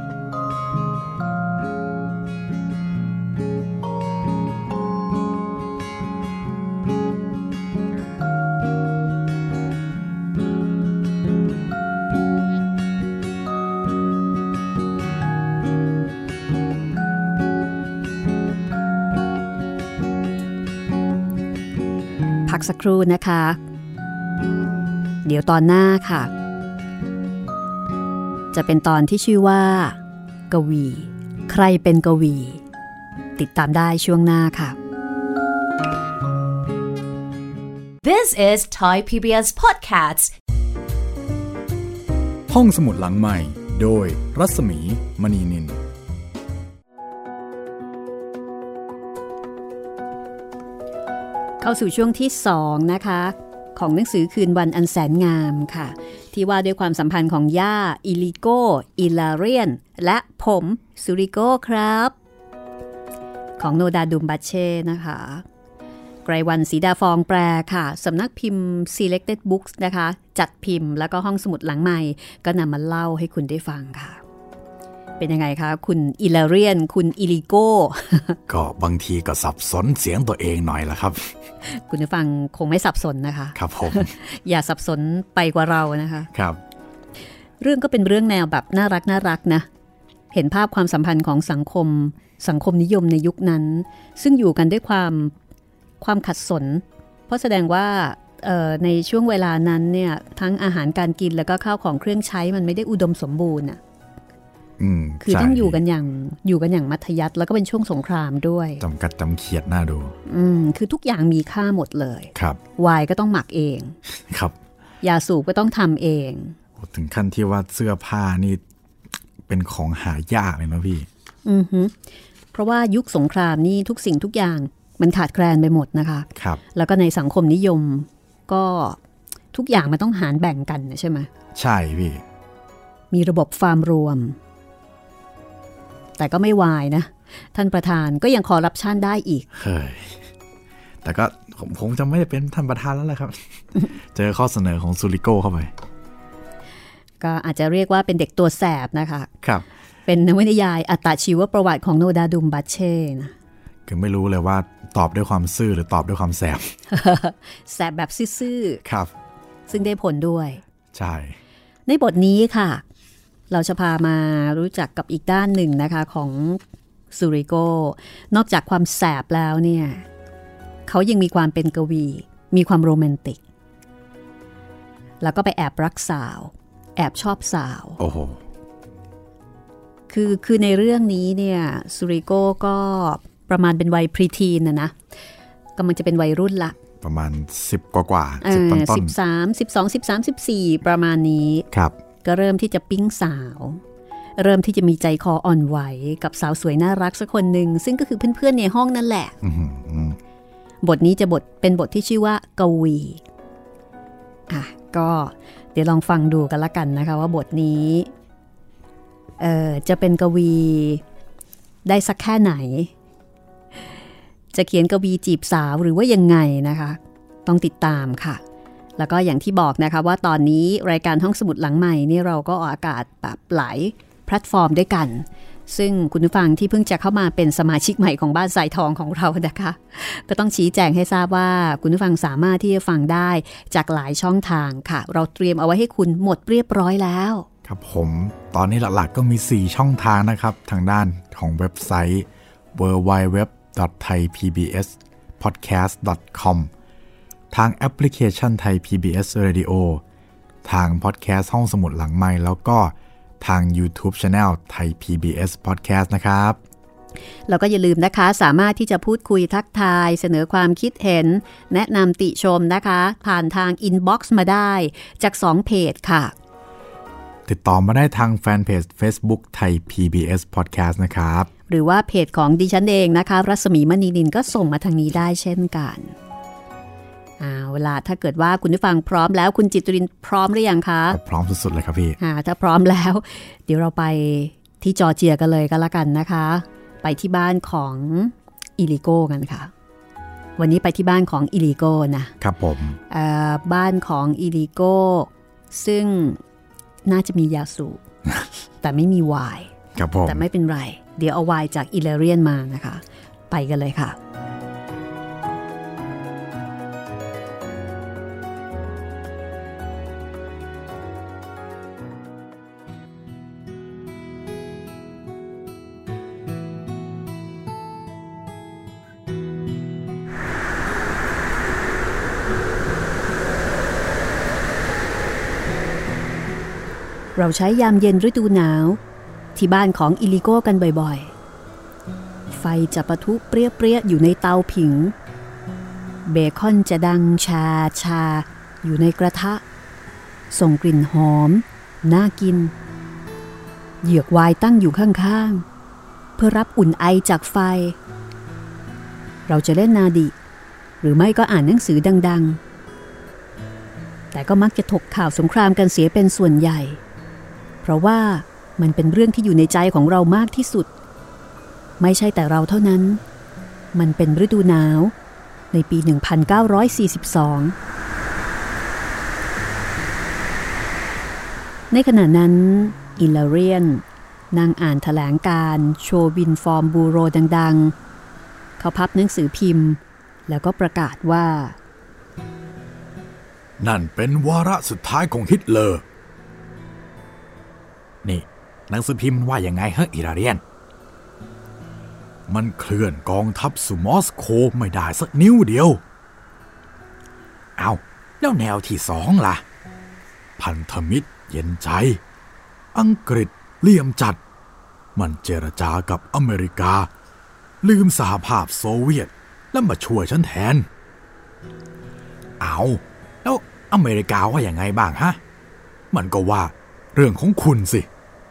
พักสักครู่นะคะเดี๋ยวตอนหน้าค่ะจะเป็นตอนที่ชื่อว่ากวีใครเป็นกวีติดตามได้ช่วงหน้าค่ะ
This is Thai PBS Podcasts
ห้องสมุดหลังใหม่โดยรัศมีมณีนิน
เข้าสู่ช่วงที่2นะคะของหนังสือคืนวันอันแสนงามค่ะที่ว่าด้วยความสัมพันธ์ของย่าอิลิโกอิลาเรียนและผมซูริโกครับของโนดาดุมบัชเช่นะคะไกรวันศรีดาฟองแปลค่ะสำนักพิมพ์ Selected Books นะคะจัดพิมพ์แล้วก็ห้องสมุดหลังใหม่ก็นำมาเล่าให้คุณได้ฟังค่ะเป็นยังไงคะคุณอิลาเรียนคุณอิลิโก้
ก็บางทีก็สับสนเสียงตัวเองหน่อยละครับ
คุณผู้ฟังคงไม่สับสนนะคะ
ครับผม
อย่าสับสนไปกว่าเรานะคะ
ครับ
เรื่องก็เป็นเรื่องแนวแบบน่ารักน่ารักนะเห็นภาพความสัมพันธ์ของสังคมนิยมในยุคนั้นซึ่งอยู่กันด้วยความขัดสนเพราะแสดงว่าในช่วงเวลานั้นเนี่ยทั้งอาหารการกินแล้วก็ข้าวของเครื่องใช้มันไม่ได้อุดมสมบูรณ์คือต้องอยู่กันอย่างมัธยัสถ์แล้วก็เป็นช่วงสงครามด้วย
จำกัดจำเขียดน่าดู
คือทุกอย่างมีค่าหมดเลย
ครับ
ไวน์ก็ต้องหมักเอง
ครับ
ยาสูบก็ต้องทำเอง
ถึงขั้นที่ว่าเสื้อผ้านี่เป็นของหายากเลยนะพี่
เพราะว่ายุคสงครามนี่ทุกสิ่งทุกอย่างมันขาดแคลนไปหมดนะคะ
ครับ
แล้วก็ในสังคมนิยมก็ทุกอย่างมันต้องหารแบ่งกันใช่ไหม
ใช่พี่
มีระบบฟาร์มรวมแต่ก็ไม่วายนะท่านประธานก็ยังคอร์รัปชันได้อีก
เฮ้ยแต่ก็ผมจะไม่ได้เป็นท่านประธานแล้วแหละครับ เจอข้อเสนอของซูริโก้เข้าไป
ก็อาจจะเรียกว่าเป็นเด็กตัวแสบนะคะ
ครับ
เป็นนวนิยายอัตชีวประวัติของโนดาดุมบัตเช่นะ
คือไม่รู้เลยว่าตอบด้วยความซื่อหรือตอบด้วยความแสบ
แสบแบบซื่อ
ๆครับ
ซึ่งได้ผลด้วย
ใช่
ในบทนี้ค่ะเราจะพามารู้จักกับอีกด้านหนึ่งนะคะของซูริโก้นอกจากความแสบแล้วเนี่ยเขายังมีความเป็นกวีมีความโรแมนติกแล้วก็ไปแอบรักสาวแอบชอบสาว
โอ้โห
คือในเรื่องนี้เนี่ยซูริโก้ก็ประมาณเป็นวัยพรีทีนนะกำลังจะเป็นวัยรุ่นละ
ประมาณ10กว่า10ต้น
13 12 13 14ประมาณนี้
ครับ
ก็เริ่มที่จะปิ๊งสาวเริ่มที่จะมีใจคออ่อนไหวกับสาวสวยน่ารักสักคนหนึ่งซึ่งก็คือเพื่อนๆในห้องนั่นแหละบทนี้จะเป็นบทที่ชื่อว่ากวีก็เดี๋ยวลองฟังดูกันละกันนะคะว่าบทนี้จะเป็นกวีได้สักแค่ไหนจะเขียนกวีจีบสาวหรือว่ายังไงนะคะต้องติดตามค่ะแล้วก็อย่างที่บอกนะคะว่าตอนนี้รายการห้องสมุดหลังใหม่นี่เราก็ออกอากาศแบบหลายแพลตฟอร์มด้วยกันซึ่งคุณผู้ฟังที่เพิ่งจะเข้ามาเป็นสมาชิกใหม่ของบ้านสายทองของเรานะคะก็ต้องชี้แจงให้ทราบว่าคุณผู้ฟังสามารถที่จะฟังได้จากหลายช่องทางค่ะเราเตรียมเอาไว้ให้คุณหมดเรียบร้อยแล้ว
ครับผมตอนนี้หลักๆก็มี4ช่องทางนะครับทางด้านของเว็บไซต์ www.thaipbspodcast.com ทางแอปพลิเคชัน Thai PBS Radio ทางพอดแคสต์ห้องสมุดหลังไมค์แล้วก็ทาง YouTube Channel Thai PBS Podcast นะครับ
แล้วก็อย่าลืมนะคะสามารถที่จะพูดคุยทักทายเสนอความคิดเห็นแนะนำติชมนะคะผ่านทางอินบ็อกซ์มาได้จาก2เพจค่ะ
ติดต่อมาได้ทางแฟนเพจ Facebook Thai PBS Podcast นะครับ
หรือว่าเพจของดิฉันเองนะคะรัศมีมณีนินก็ส่งมาทางนี้ได้เช่นกันเวลาถ้าเกิดว่าคุณผู้ฟังพร้อมแล้วคุณจิตรินพร้อมหรือยังคะ
พร้อมสุดๆเลยครับพี่
ถ้าพร้อมแล้วเดี๋ยวเราไปที่จอร์เจียกันเลยก็แล้วกันนะคะไปที่บ้านของอิลิโก้กันค่ะวันนี้ไปที่บ้านของอิลิโก้นะครับ
ผม
บ้านของอิลิโก้ซึ่งน่าจะมียาสูบ แต่ไม่มีไวน์
ครับผม
แต่ไม่เป็นไรเดี๋ยวเอาไวน์จากอิเลเรียนมานะคะไปกันเลยค่ะเราใช้ยามเย็นฤดูหนาวที่บ้านของอิลิโก้กันบ่อยๆไฟจะปะทุเปรี้ยๆอยู่ในเตาผิงเบคอนจะดังชาอยู่ในกระทะส่งกลิ่นหอมน่ากินเหยือกไวน์ตั้งอยู่ข้างๆเพื่อรับอุ่นไอจากไฟเราจะเล่นนาดิหรือไม่ก็อ่านหนังสือดังๆแต่ก็มักจะถกข่าวสงครามกันเสียเป็นส่วนใหญ่เพราะว่ามันเป็นเรื่องที่อยู่ในใจของเรามากที่สุดไม่ใช่แต่เราเท่านั้นมันเป็นฤดูหนาวในปี 1942 ในขณะนั้นอิลาเรียนนั่งอ่านแถลงการโชว์บินฟอร์มบูโรดังๆเขาพับหนังสือพิมพ์แล้วก็ประกาศว่า
นั่นเป็นวาระสุดท้ายของฮิตเลอร์นี่หนังสือพิมพ์มันว่ายังไงอิลาเรียนมันเคลื่อนกองทัพสู่มอสโกไม่ได้สักนิ้วเดียวแล้วแนวที่2ล่ะพันธมิตรเย็นใจอังกฤษเหลี่ยมจัดมันเจรจากับอเมริกาลืมสหภาพโซเวียตแล้วมาช่วยฉันแทนเอาแล้วอเมริกาว่าอย่างไงบ้างฮะมันก็ว่าเรื่องของคุณสิ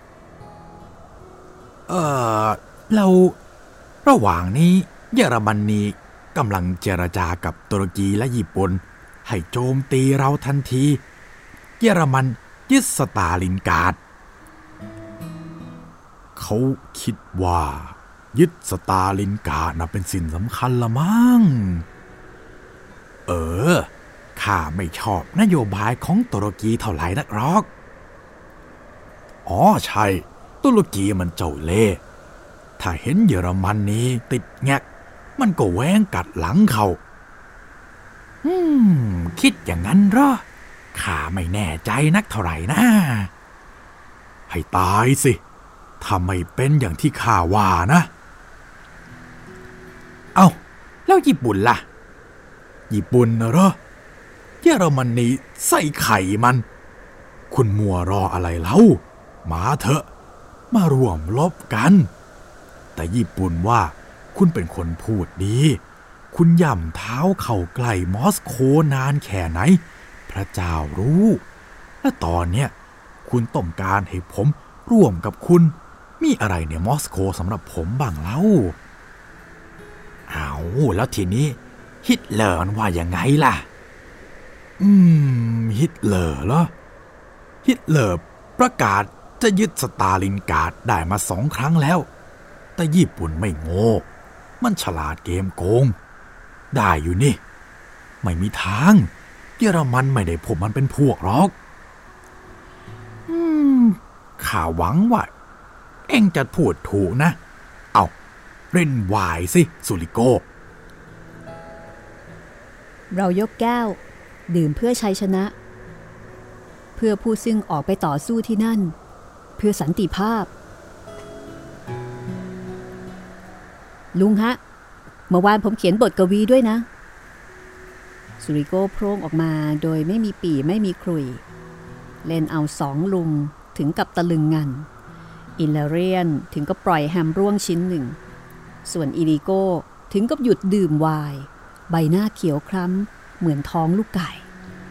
เราระหว่างนี้เยอรมนีกำลังเจรจากับตุรกีและญี่ปุ่นให้โจมตีเราทันทีเยอรมันยึดสตาลินกราดเขาคิดว่ายึดสตาลินกราดน่ะเป็นสิ่งสำคัญละมั้งข้าไม่ชอบนโยบายของตุรกีเท่าไหร่นักหรอกอ๋อใช่ตุรกีมันเจ้าเล่ห์ถ้าเห็นเยอรมันนี้ติดแงกมันก็แหวงกัดหลังเขาคิดอย่างนั้นเหรอข้าไม่แน่ใจนักเท่าไหร่นะให้ตายสิถ้าไม่เป็นอย่างที่ข้าว่านะเอาแล้วญี่ปุ่นล่ะญี่ปุ่นเหรอเยอรมนีใส่ไข่มันคุณมัวรออะไรเล่ามาเถอะมาร่วมรบกันแต่ญี่ปุ่นว่าคุณเป็นคนพูดดีคุณย่ำเท้าเข่าใกล้มอสโกนานแค่ไหนพระเจ้ารู้และตอนเนี้ยคุณต้องการให้ผมร่วมกับคุณมีอะไรเนี่ยมอสโกสำหรับผมบ้างเล่าเอาแล้วทีนี้ฮิตเลอร์มันว่ายังไงล่ะฮิตเลอร์เหรอฮิตเลอร์ประกาศจะยึดสตาลินกราดได้มา2 ครั้งแล้วแต่ญี่ปุ่นไม่โง่มันฉลาดเกมโกงได้อยู่นี่ไม่มีทางเยอรมันไม่ได้พวกมันเป็นพวกหรอกข้าหวังว่าเอ็งจะพูดถูกนะเอาเล่นวายสิสุริโก
เรายกแก้วดื่มเพื่อชัยชนะเพื่อผู้ซึ่งออกไปต่อสู้ที่นั่นเพื่อสันติภาพลุงฮะเมื่อวานผมเขียนบทกวีด้วยนะสุริโกโพร่งออกมาโดยไม่มีปี่ไม่มีขลุ่ยเล่นเอา2 ลุงถึงกับตะลึงงันอิลเรียนถึงกับปล่อยแฮมร่วงชิ้นหนึ่งส่วนอิริโกถึงกับหยุดดื่มไวน์ใบหน้าเขียวคล้ำเหมือนท้องลูกไก่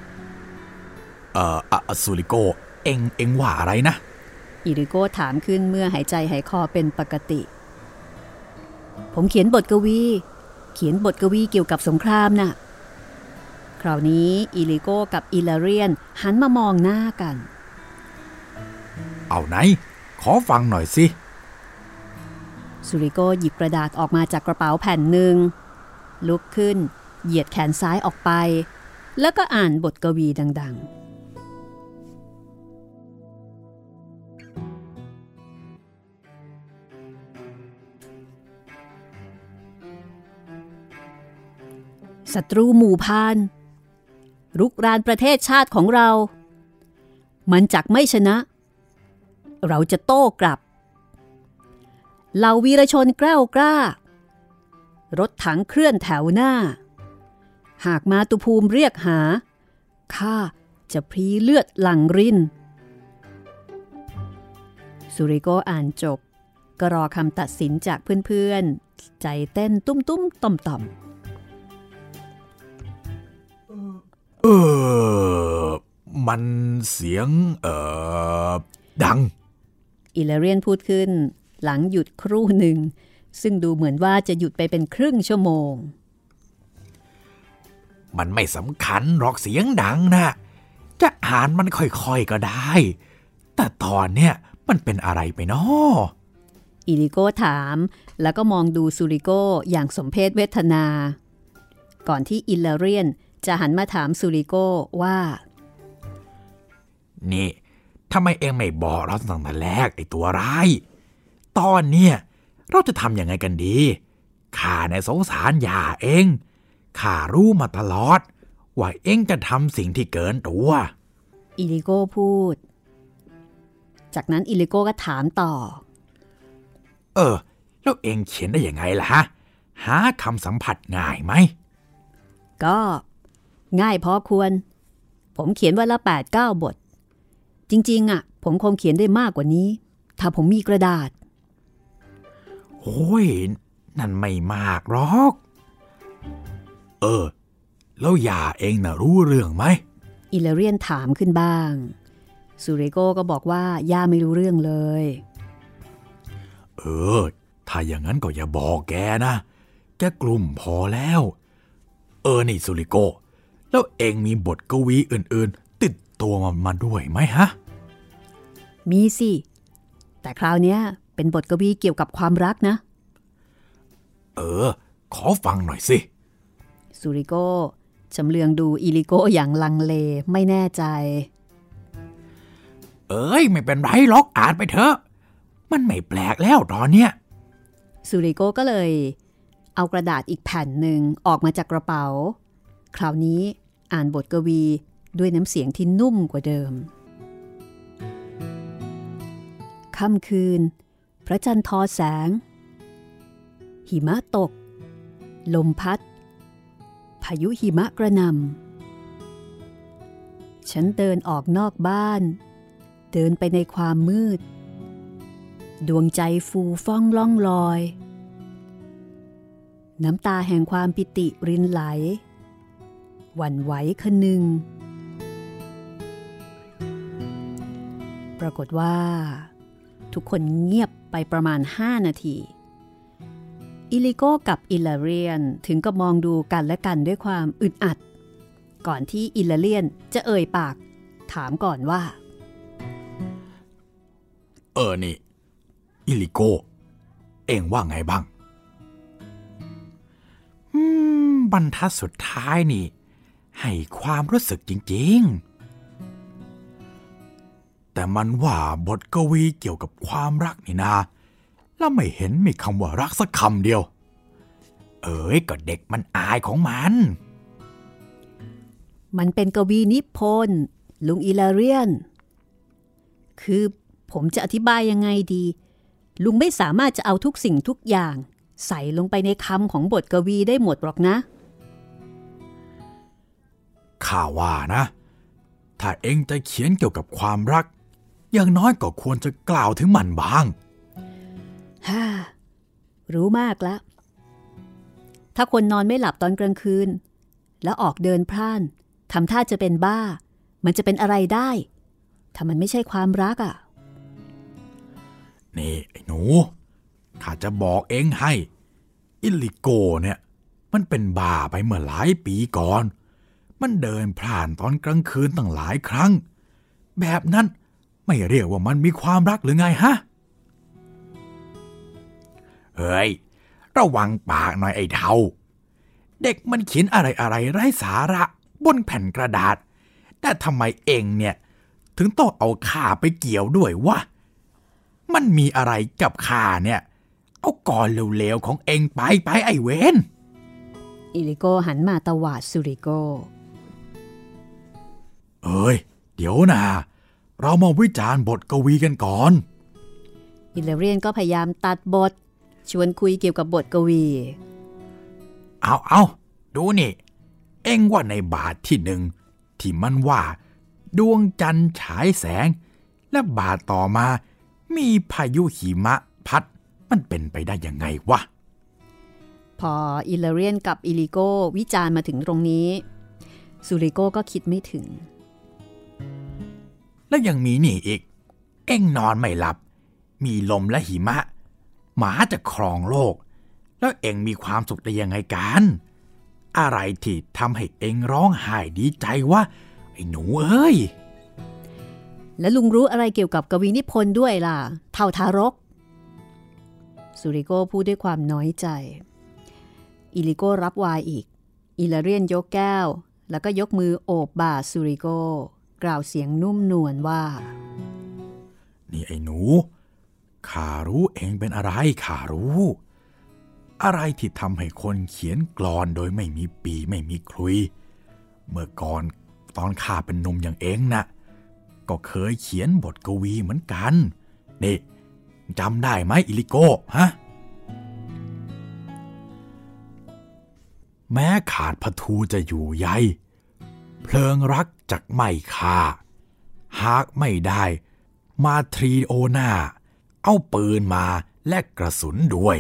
สุริโกเอ็งว่าอะไรนะ
อิริโกถามขึ้นเมื่อหายใจหายคอเป็นปกติผมเขียนบทกวีเกี่ยวกับสงครามน่ะคราวนี้อิริโกกับอิลาเรียนหันมามองหน้ากัน
เอาไหนขอฟังหน่อยสิ
สุริโกหยิบกระดาษออกมาจากกระเป๋าแผ่นหนึ่งลุกขึ้นเหยียดแขนซ้ายออกไปแล้วก็อ่านบทกวีดังๆศัตรูหมู่พานรุกรานประเทศชาติของเรามันจักไม่ชนะเราจะโต้กลับเหล่าวีรชนกล้ากล้ารถถังเคลื่อนแถวหน้าหากมาตุภูมิเรียกหาข้าจะพรีเลือดหลั่งรินสุริโกอ่านจบก็รอคำตัดสินจากเพื่อนๆใจเต้นตุ้มๆต่อม
มันเสียงดัง
อิลาเรียนพูดขึ้นหลังหยุดครู่หนึ่งซึ่งดูเหมือนว่าจะหยุดไปเป็นครึ่งชั่วโมง
มันไม่สำคัญหรอกเสียงดังนะจะอ่านมันค่อยๆก็ได้แต่ตอนเนี้ยมันเป็นอะไรไปน้อ
อิริโกถามแล้วก็มองดูสุริโกอย่างสมเพชเวทนาก่อนที่อิลาเรียนจะหันมาถามสุริโกว่า
นี่ทำไมเองไม่บอกเราตั้งแต่แรกไอ้ตัวร้ายตอนเนี้ยเราจะทำยังไงกันดีข้าเนี่ยสงสารย่าเองข้ารู้มาตลอดว่าเองจะทำสิ่งที่เกินตัว
อิริโกพูดจากนั้นอิริโกก็ถามต่อ
แล้วเองเขียนได้ยังไงล่ะฮะหาคำสัมผัสง่ายไหม
ก็ง่ายพอควรผมเขียนวันละ 8-9 บทจริงๆผมคงเขียนได้มากกว่านี้ถ้าผมมีกระดาษ
โอ้ยนั่นไม่มากหรอกแล้วย่าเองน่ะรู้เรื่องไหม
อิลเลียนถามขึ้นบ้างซูริโกก็บอกว่าย่าไม่รู้เรื่องเลย
ถ้าอย่างนั้นก็อย่าบอกแกนะแกกลุ่มพอแล้วนี่ซูริโกแล้วเองมีบทกวีอื่นๆติดตัวมาด้วยไหมฮะ
มีสิแต่คราวนี้เป็นบทกวีเกี่ยวกับความรักนะ
ขอฟังหน่อยสิ
ซูริโกชำเลืองดูอิลิโกอย่างลังเลไม่แน่ใจ
ไม่เป็นไรหรอกอ่านไปเถอะมันไม่แปลกแล้วตอนเนี้ย
ซูริโกก็เลยเอากระดาษอีกแผ่นหนึ่งออกมาจากกระเป๋าคราวนี้อ่านบทกวีด้วยน้ำเสียงที่นุ่มกว่าเดิมค่ำคืนพระจันทร์ทอแสงหิมะตกลมพัดพายุหิมะกระหน่ำฉันเดินออกนอกบ้านเดินไปในความมืดดวงใจฟูฟ่องล่องลอยน้ำตาแห่งความปิติรินไหลหวั่นไหวคะนึงปรากฏว่าทุกคนเงียบไปประมาณ5 นาทีอิลิโกกับอิลาเรียนถึงกับมองดูกันและกันด้วยความอึดอัดก่อนที่อิลาเรียนจะเอ่ยปากถามก่อนว่า
นี่อิลิโกเอ็งว่าไงบ้างบรรทัดสุดท้ายนี่ให้ความรู้สึกจริงๆแต่มันว่าบทกวีเกี่ยวกับความรักนี่นาแล้วไม่เห็นมีคำว่ารักสักคำเดียวก็เด็กมันอายของ
มันเป็นกวีนิพนธ์ลุงอิลาเรียนคือผมจะอธิบายยังไงดีลุงไม่สามารถจะเอาทุกสิ่งทุกอย่างใส่ลงไปในคำของบทกวีได้หมดหรอกนะ
ข้าว่านะถ้าเอ็งจะเขียนเกี่ยวกับความรักอย่างน้อยก็ควรจะกล่าวถึงมันบ้าง
รู้มากแล้วถ้าคนนอนไม่หลับตอนกลางคืนแล้วออกเดินพล่านทำท่าจะเป็นบ้ามันจะเป็นอะไรได้ถ้ามันไม่ใช่ความรัก
นี่ไอ้หนูข้าจะบอกเอ็งให้อิลิโกเนี่ยมันเป็นบ้าไปเมื่อหลายปีก่อนมันเดินพล่านตอนกลางคืนตั้งหลายครั้งแบบนั้นไม่เรียกว่ามันมีความรักหรือไงฮะระวังปากหน่อยไอ้เฒ่าเด็กมันเขียนอะไรไร้สาระบนแผ่นกระดาษแต่ทำไมเองเนี่ยถึงต้องเอาข้าไปเกี่ยวด้วยวะมันมีอะไรกับข้าเนี่ยเอาก่อนเร็วๆของเองไปไอ้เวน
อิลิโกหันมาตวาดซูริโก
เดี๋ยวนะเรามาวิจารณ์บทกวีกันก่อน
อิลาเรียนก็พยายามตัดบทชวนคุยเกี่ยวกับบทกวี
เอาดูนี่เอ็งว่าในบาทที่1ที่มันว่าดวงจันทร์ฉายแสงและบาทต่อมามีพายุหิมะพัดมันเป็นไปได้ยังไงวะ
พออิลาเรียนกับอิลิโกวิจารณ์มาถึงตรงนี้ซูริโกก็คิดไม่ถึง
และยังมีนี่อีกเอ็งนอนไม่หลับมีลมและหิมะหมาจะครองโลกแล้วเอ็งมีความสุขได้ยังไงกันอะไรที่ทำให้เอ็งร้องไห้ดีใจวะไอ้หนู
แล้วลุงรู้อะไรเกี่ยวกับกวีนิพนธ์ด้วยล่ะเท่าทารกซูริโกพูดด้วยความน้อยใจอิลิโกรับไวน์อีกอิลาเรียนยกแก้วแล้วก็ยกมือโอบบ่าซูริโกกล่าวเสียงนุ่มนวลว่า
นี่ไอ้หนูข้ารู้เองเป็นอะไรข้ารู้อะไรที่ทำให้คนเขียนกลอนโดยไม่มีปีไม่มีคลุยเมื่อก่อนตอนข้าเป็นหนุ่มอย่างเองนะก็เคยเขียนบทกวีเหมือนกันนี่จำได้ไหมอิลิโกฮะแม้ขาดพระทูจะอยู่ใยเพลิงรักจักไม่ฆ่าหากไม่ได้มาทรีโอนาเอาปืนมาและกระสุนด้วย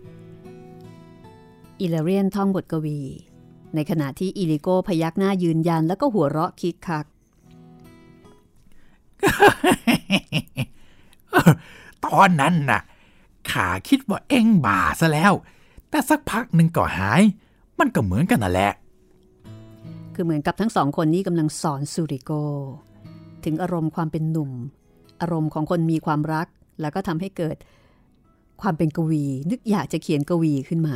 อิลาเรียนท่องบทกวีในขณะที่อิลิโก้พยักหน้ายืนยันแล้วก็หัวเราะคิกคัก
ตอนนั้นน่ะข้าคิดว่าเอ็งบ้าซะแล้วแต่สักพักหนึ่งก็หายมันก็เหมือนกันนั่นแหละ
คือเหมือนกับทั้งสองคนนี้กำลังสอนซูริโกถึงอารมณ์ความเป็นหนุ่มอารมณ์ของคนมีความรักแล้วก็ทำให้เกิดความเป็นกวีนึกอยากจะเขียนกวีขึ้นมา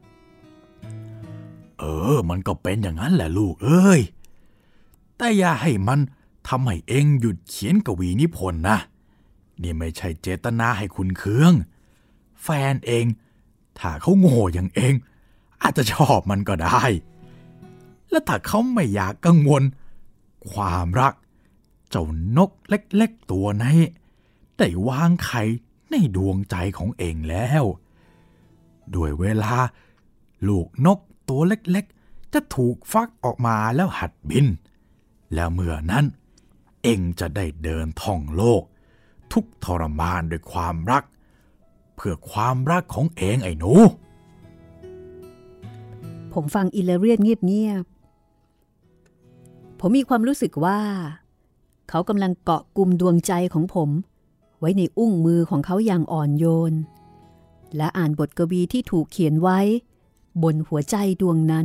มันก็เป็นอย่างนั้นแหละลูกเอ้ยแต่อย่าให้มันทำให้เอ็งหยุดเขียนกวีนิพนธ์นะนี่ไม่ใช่เจตนาให้คุณเคืองแฟนเองถ้าเขาโง่อย่างเองอาจจะชอบมันก็ได้และถ้าเขาไม่อยากกังวลความรักเจ้านกเล็กๆตัวนี้ได้วางไข่ในดวงใจของเองแล้วด้วยเวลาลูกนกตัวเล็กๆจะถูกฟักออกมาแล้วหัดบินแล้วเมื่อนั้นเองจะได้เดินท่องโลกทุกทรมานด้วยความรักเพื่อความรักของเองไอ้หนู
ผมฟังอิลาเรียนเงียบๆผมมีความรู้สึกว่าเขากำลังเกาะกุมดวงใจของผมไว้ในอุ้งมือของเขาอย่างอ่อนโยนและอ่านบทกวีที่ถูกเขียนไว้บนหัวใจดวงนั้น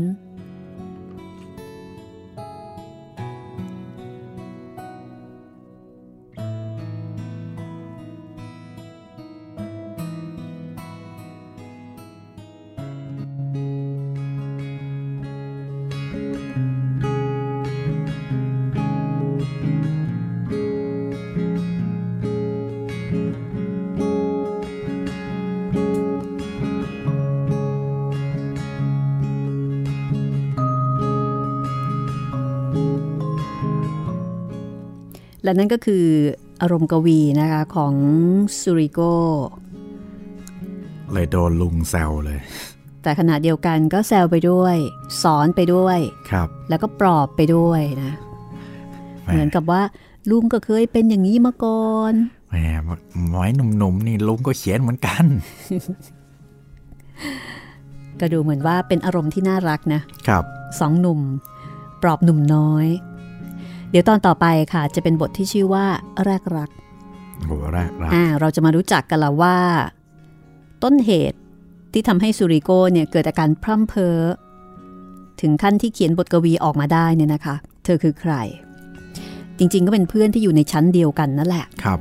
และนั่นก็คืออารมณ์กวีนะคะของซูริโก
เลยโดนลุงแซวเลย
แต่ขณะเดียวกันก็แซวไปด้วยสอนไปด้วย
ครับ
แล้วก็ปลอบไปด้วยนะเหมือนกับว่าลุงก็เคยเป็นอย่างนี้มาก่อน
แหมไว้หนุ่มๆนี่ลุงก็เขียนเหมือนกัน
ก็ดูเหมือนว่าเป็นอารมณ์ที่น่ารัก
นะครับ
สองหนุ่มปลอบหนุ่มน้อยเดี๋ยวตอนต่อไปค่ะจะเป็นบทที่ชื่อว่าแรกรัก
โอ้แรกรัก
เราจะมารู้จักกันแล้วว่าต้นเหตุที่ทำให้ซูริโกเนี่ยเกิดอาการพร่ำเพ้อถึงขั้นที่เขียนบทกวีออกมาได้เนี่ยนะคะเธอคือใครจริงๆก็เป็นเพื่อนที่อยู่ในชั้นเดียวกันนั่นแหละ
ครับ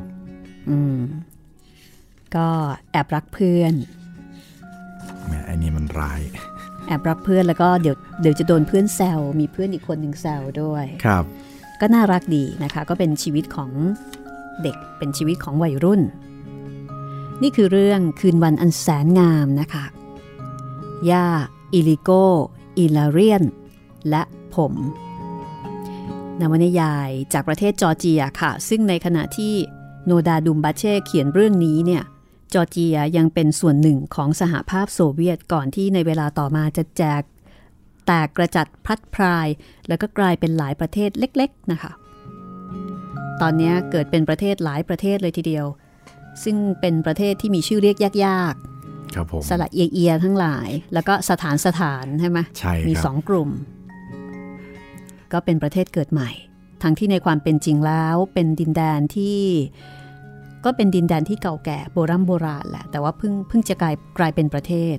ก็แอบรักเพื่อน
แหมไอ้นี่มันร้าย
แอบรักเพื่อนแล้วก็เดี๋ยวจะโดนเพื่อนแซวมีเพื่อนอีกคนหนึ่งแซวด้วย
ครับ
ก็น่ารักดีนะคะก็เป็นชีวิตของเด็กเป็นชีวิตของวัยรุ่นนี่คือเรื่องคืนวันอันแสนงามนะคะย่าอิลิโกอิลาเรียนและผมนวนิยายจากประเทศจอร์เจียค่ะซึ่งในขณะที่โนดาดุมบาเช่เขียนเรื่องนี้เนี่ยจอร์เจียยังเป็นส่วนหนึ่งของสหภาพโซเวียตก่อนที่ในเวลาต่อมาจะแตกกระจัดพลัดพรายแล้วก็กลายเป็นหลายประเทศเล็กๆนะคะตอนนี้เกิดเป็นประเทศหลายประเทศเลยทีเดียวซึ่งเป็นประเทศที่มีชื่อเรียกยาก
ๆครับผม
สระเอียทั้งหลายแล้วก็สถานใช่ไหม
ใช่
มี2กลุ่มก็เป็นประเทศเกิดใหม่ทั้งที่ในความเป็นจริงแล้วเป็นดินแดนที่ก็เป็นดินแดนที่เก่าแก่โบราณแหละแต่ว่าเพิ่งจะกลายเป็นประเทศ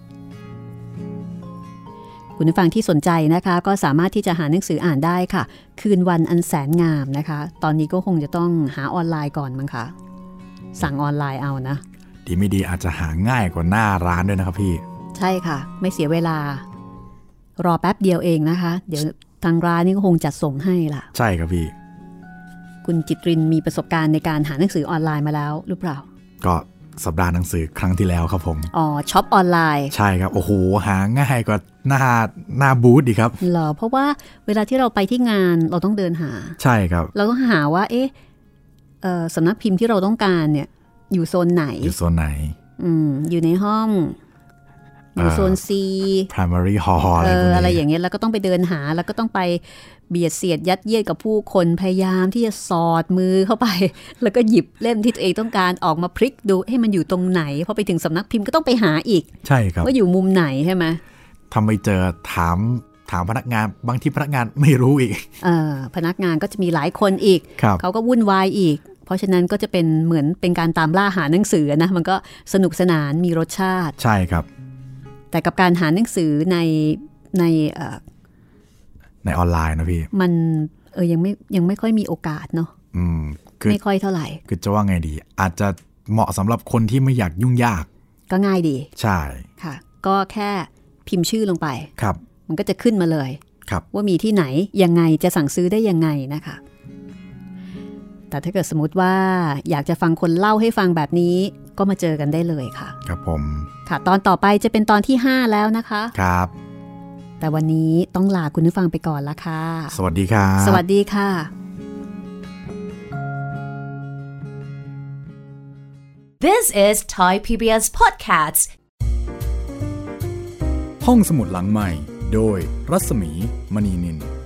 คุณผู้ฟังที่สนใจนะคะก็สามารถที่จะหาหนังสืออ่านได้ค่ะคืนวันอันแสนงามนะคะตอนนี้ก็คงจะต้องหาออนไลน์ก่อนมั้งคะสั่งออนไลน์เอานะ
ดีไม่ดีอาจจะหาง่ายกว่าหน้าร้านด้วยนะครับพี่
ใช่ค่ะไม่เสียเวลารอแป๊บเดียวเองนะคะเดี๋ยวทางร้านนี่ก็คงจัดส่งให้ล่ะ
ใช่ครับพี่
คุณจิตรินมีประสบการณ์ในการหาหนังสือออนไลน์มาแล้วหรือเปล่า
ก็สัปดาห์หนังสือครั้งที่แล้วครับผม
ช็อปออนไลน์
ใช่ครับโอ้โหหาง่ายกว่าหน้าบูธดีครับ
เหรอเพราะว่าเวลาที่เราไปที่งานเราต้องเดินหา
ใช่ครับ
เราต้องหาว่าสำนักพิมพ์ที่เราต้องการเนี่ยอยู่โซนไหน
อยู่โซนไหน
อยู่ในห้องอยู่โซน C
primary hall
อะไรอย่างเงี้ยแล้วก็ต้องไปเดินหาแล้วก็ต้องไปเบียดเสียดยัดเยียดกับผู้คนพยายามที่จะสอดมือเข้าไปแล้วก็หยิบเล่มที่ตัวเองต้องการออกมาพลิกดูให้มันอยู่ตรงไหนพอไปถึงสำนักพิมพ์ก็ต้องไปหาอีก
ใช่ครับ
ว่าอยู่มุมไหนใช่ไหม
ทำไมเจอถามพนักงานบางทีพนักงานไม่รู้อีก
พนักงานก็จะมีหลายคนอีกเขาก็วุ่นวายอีกเพราะฉะนั้นก็จะเป็นเหมือนเป็นการตามล่าหาหนังสือนะมันก็สนุกสนานมีรสชาติ
ใช่ครับ
แต่กับการหาหนังสือใน
ออนไลน์นะพี่
มันยังไม่ค่อยมีโอกาสเนาะไม่ค่อยเท่าไหร่
คือจะว่าไงดีอาจจะเหมาะสำหรับคนที่ไม่อยากยุ่งยาก
ก็ง่ายดี
ใช่
ค่ะก็แค่พิมพ์ชื่อลงไป
ครับ
มันก็จะขึ้นมาเลยว่ามีที่ไหนยังไงจะสั่งซื้อได้ยังไงนะคะแต่ถ้าเกิดสมมติว่าอยากจะฟังคนเล่าให้ฟังแบบนี้ก็มาเจอกันได้เลยค่ะ
ครับผม
ค่ะตอนต่อไปจะเป็นตอนที่5แล้วนะคะ
ครับ
แต่วันนี้ต้องลาคุณผู้ฟังไปก่อนละค่ะ
สวัสดีครับ
สวัสดีค่ะ
This is Thai PBS Podcasts
ห้องสมุดหลังใหม่โดยรัศมีมณีนิน